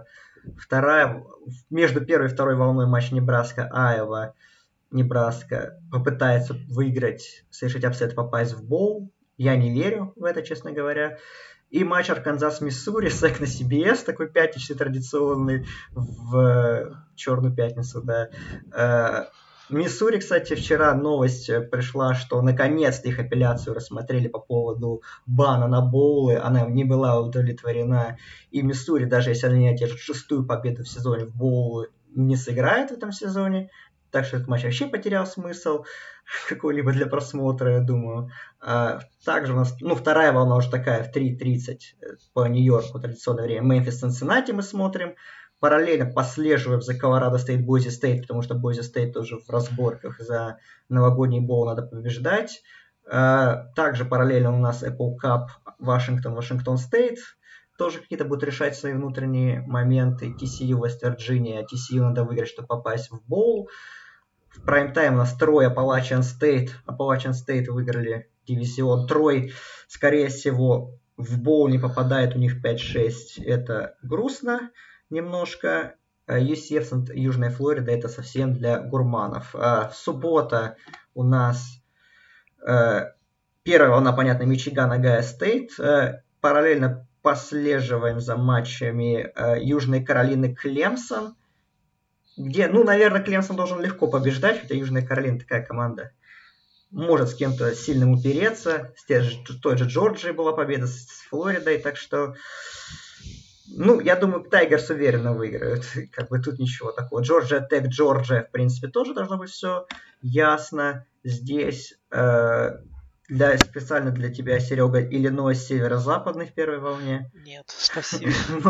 Speaker 1: Вторая, между первой и второй волной матч Небраска-Айова. Небраска попытается выиграть, совершить апсет, попасть в боул. Я не верю в это, честно говоря. И матч Арканзас-Миссури, сэк на си би эс, такой пятничный традиционный, в Черную пятницу, да. Миссури, кстати, вчера новость пришла, что наконец-то их апелляцию рассмотрели по поводу бана на боулы, она не была удовлетворена. И Миссури, даже если они одержат шестую победу в сезоне, в боулы не сыграет в этом сезоне. Так что этот матч вообще потерял смысл какой-либо для просмотра, я думаю. А также у нас, ну, вторая волна уже такая в три тридцать по Нью-Йорку, традиционное время. Мемфис-Цинциннати мы смотрим. Параллельно послеживаем за Колорадо Стейт, Бойзи Стейт, потому что Бойзи Стейт тоже в разборках за новогодний боул надо побеждать. А также параллельно у нас Apple Cup, Вашингтон, Вашингтон Стейт. Тоже какие-то будут решать свои внутренние моменты. ти си ю, Вест-Вирджиния. ти си ю надо выиграть, чтобы попасть в боул. В прайм-тайм у нас Трой, Appalachian State. Appalachian State выиграли дивизион. Трой, скорее всего, в боул не попадает, у них пять шесть. Это грустно немножко. ю си эф Южная Флорида, это совсем для гурманов. Суббота у нас первая волна, понятно, Мичиган, Огайо Стейт. Параллельно послеживаем за матчами Южной Каролины, Клемсон. Где, ну, наверное, Клемсон должен легко побеждать, хотя Южная Каролина такая команда может с кем-то сильным упереться. С той же, той же Джорджией была победа, с Флоридой, так что, ну, я думаю, Тайгерс уверенно выиграют. Как бы тут ничего такого. Джорджия Тек, Джорджия, в принципе, тоже должно быть все ясно. Здесь э, для, специально для тебя, Серега, Иллинойс северо-западный в первой волне.
Speaker 2: Нет, спасибо.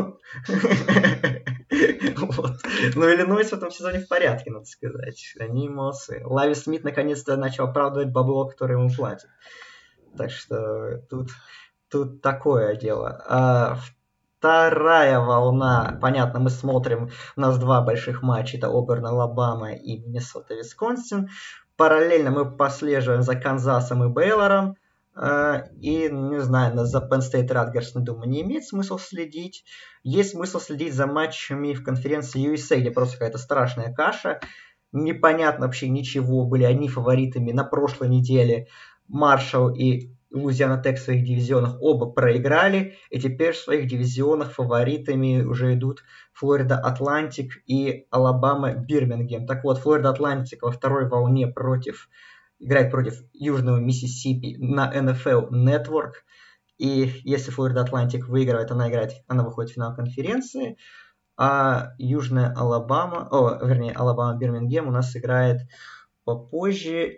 Speaker 1: Вот. Но Иллинойс в этом сезоне в порядке, надо сказать. Они молодцы. Лави Смит наконец-то начал оправдывать бабло, которое ему платят. Так что тут, тут такое дело. А вторая волна. Понятно, мы смотрим. У нас два больших матча. Это Оберн, Алабама и Миннесота, Висконсин. Параллельно мы послеживаем за Канзасом и Бейлором. И, не знаю, за Penn State Rutgers, думаю, не имеет смысла следить. Есть смысл следить за матчами в конференции ю эс эй, где просто какая-то страшная каша. Непонятно вообще ничего. Были одни фаворитами на прошлой неделе. Маршалл и Луизиана Тек в своих дивизионах оба проиграли. И теперь в своих дивизионах фаворитами уже идут Флорида Атлантик и Алабама Бирмингем. Так вот, Флорида Атлантик во второй волне против... играет против Южного Миссисипи на эн эф эл Network. И если Флорида Атлантик выигрывает, она играет, она выходит в финал конференции. А Южная Алабама, о, вернее, Алабама Бирмингем у нас играет попозже.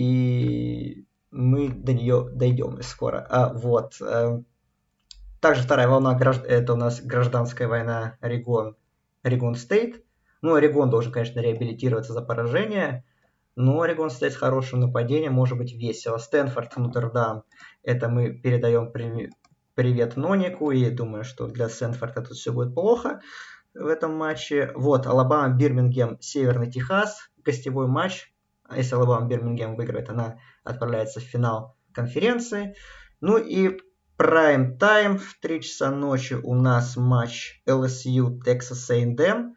Speaker 1: И мы до нее дойдем скоро. А, вот. Также вторая волна, это у нас гражданская война Орегон, Орегон Стейт. Ну, Орегон должен, конечно, реабилитироваться за поражение. Но Орегон Стейт с хорошим нападением, может быть весело. Стэнфорд, Нотр-Дам, это мы передаем привет Нонику, и думаю, что для Стэнфорда тут все будет плохо в этом матче. Вот, Алабама, Бирмингем, Северный Техас, гостевой матч. Если Алабама, Бирмингем выиграет, она отправляется в финал конференции. Ну и прайм-тайм в три часа ночи у нас матч эл эс ю, Texas эй энд эм.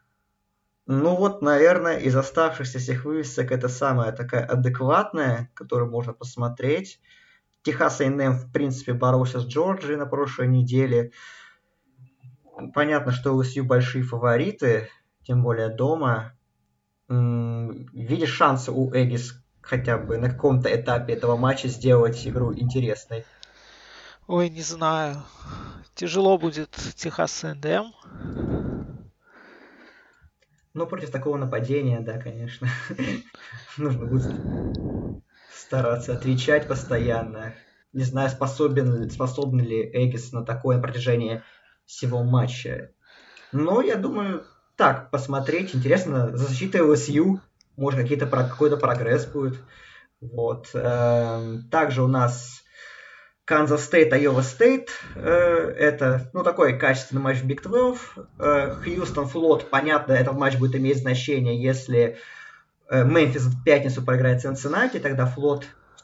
Speaker 1: Ну вот, наверное, из оставшихся всех вывесок это самая такая адекватная, которую можно посмотреть. Техас эй энд эм, в принципе, боролся с Джорджией на прошлой неделе. Понятно, что эл эс ю большие фавориты, тем более дома. Видишь шансы у Эггис хотя бы на каком-то этапе этого матча сделать игру интересной?
Speaker 2: Ой, не знаю. Тяжело будет Техас эй энд эм.
Speaker 1: Ну, против такого нападения, да, конечно. Нужно будет стараться отвечать постоянно. Не знаю, способен, способны ли Эггис на такое на протяжении всего матча. Но я думаю, так, посмотреть. Интересно, за защитой эл эс ю, может, какие-то, какой-то прогресс будет. Вот. Также у нас Канзас Стейт, Айова Стейт. Это, ну, такой качественный матч в Биг двенадцать. Хьюстон Флот, понятно, этот матч будет иметь значение, если Мемфис в пятницу проиграет Цинциннати, тогда Флот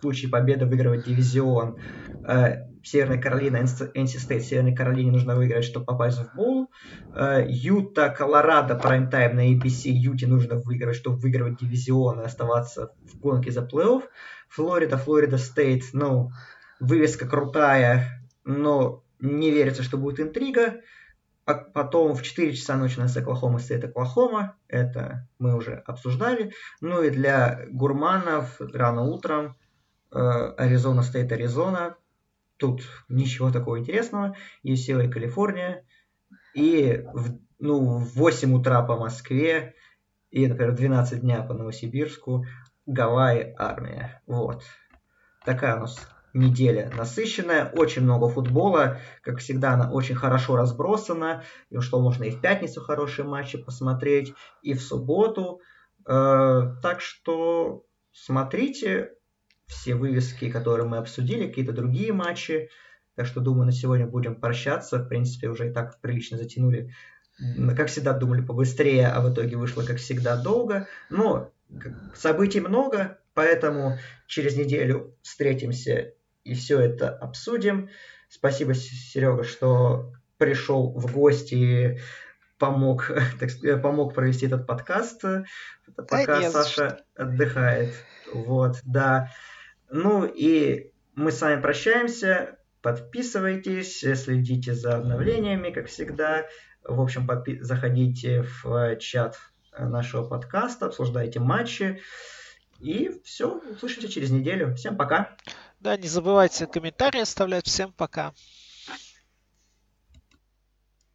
Speaker 1: случае победы выигрывать дивизион. Северная Каролина, эн си State, Северной Каролине нужно выиграть, чтобы попасть в боул. Юта, Колорадо, прайм-тайм на эй би си. Юте нужно выиграть, чтобы выигрывать дивизион и оставаться в гонке за плей-офф. Флорида, Флорида Стейт, ну, вывеска крутая, но не верится, что будет интрига. А потом в четыре часа ночи у нас Оклахома Стейт, Оклахома. Это мы уже обсуждали. Ну и для гурманов рано утром Аризона Стейт, Аризона. Тут ничего такого интересного. ю си эл эй, Калифорния. И в, ну, в восемь утра по Москве. И, например, в двенадцать дня по Новосибирску. Гавайи, Армия. Вот. Такая у нас неделя насыщенная. Очень много футбола. Как всегда, она очень хорошо разбросана. И что можно и в пятницу хорошие матчи посмотреть, и в субботу. Так что смотрите все вывески, которые мы обсудили, какие-то другие матчи. Так что, думаю, на сегодня будем прощаться. В принципе, уже и так прилично затянули. Как всегда, думали побыстрее, а в итоге вышло, как всегда, долго. Но событий много, поэтому через неделю встретимся и все это обсудим. Спасибо, Серега, что пришел в гости и помог, так сказать, помог провести этот подкаст, пока да Саша отдыхает. Вот, да. Ну и мы с вами прощаемся. Подписывайтесь, следите за обновлениями, как всегда. В общем, подпи- заходите в чат нашего подкаста, обсуждайте матчи. И все, услышимся через неделю. Всем пока.
Speaker 2: Да, не забывайте комментарии оставлять. Всем пока.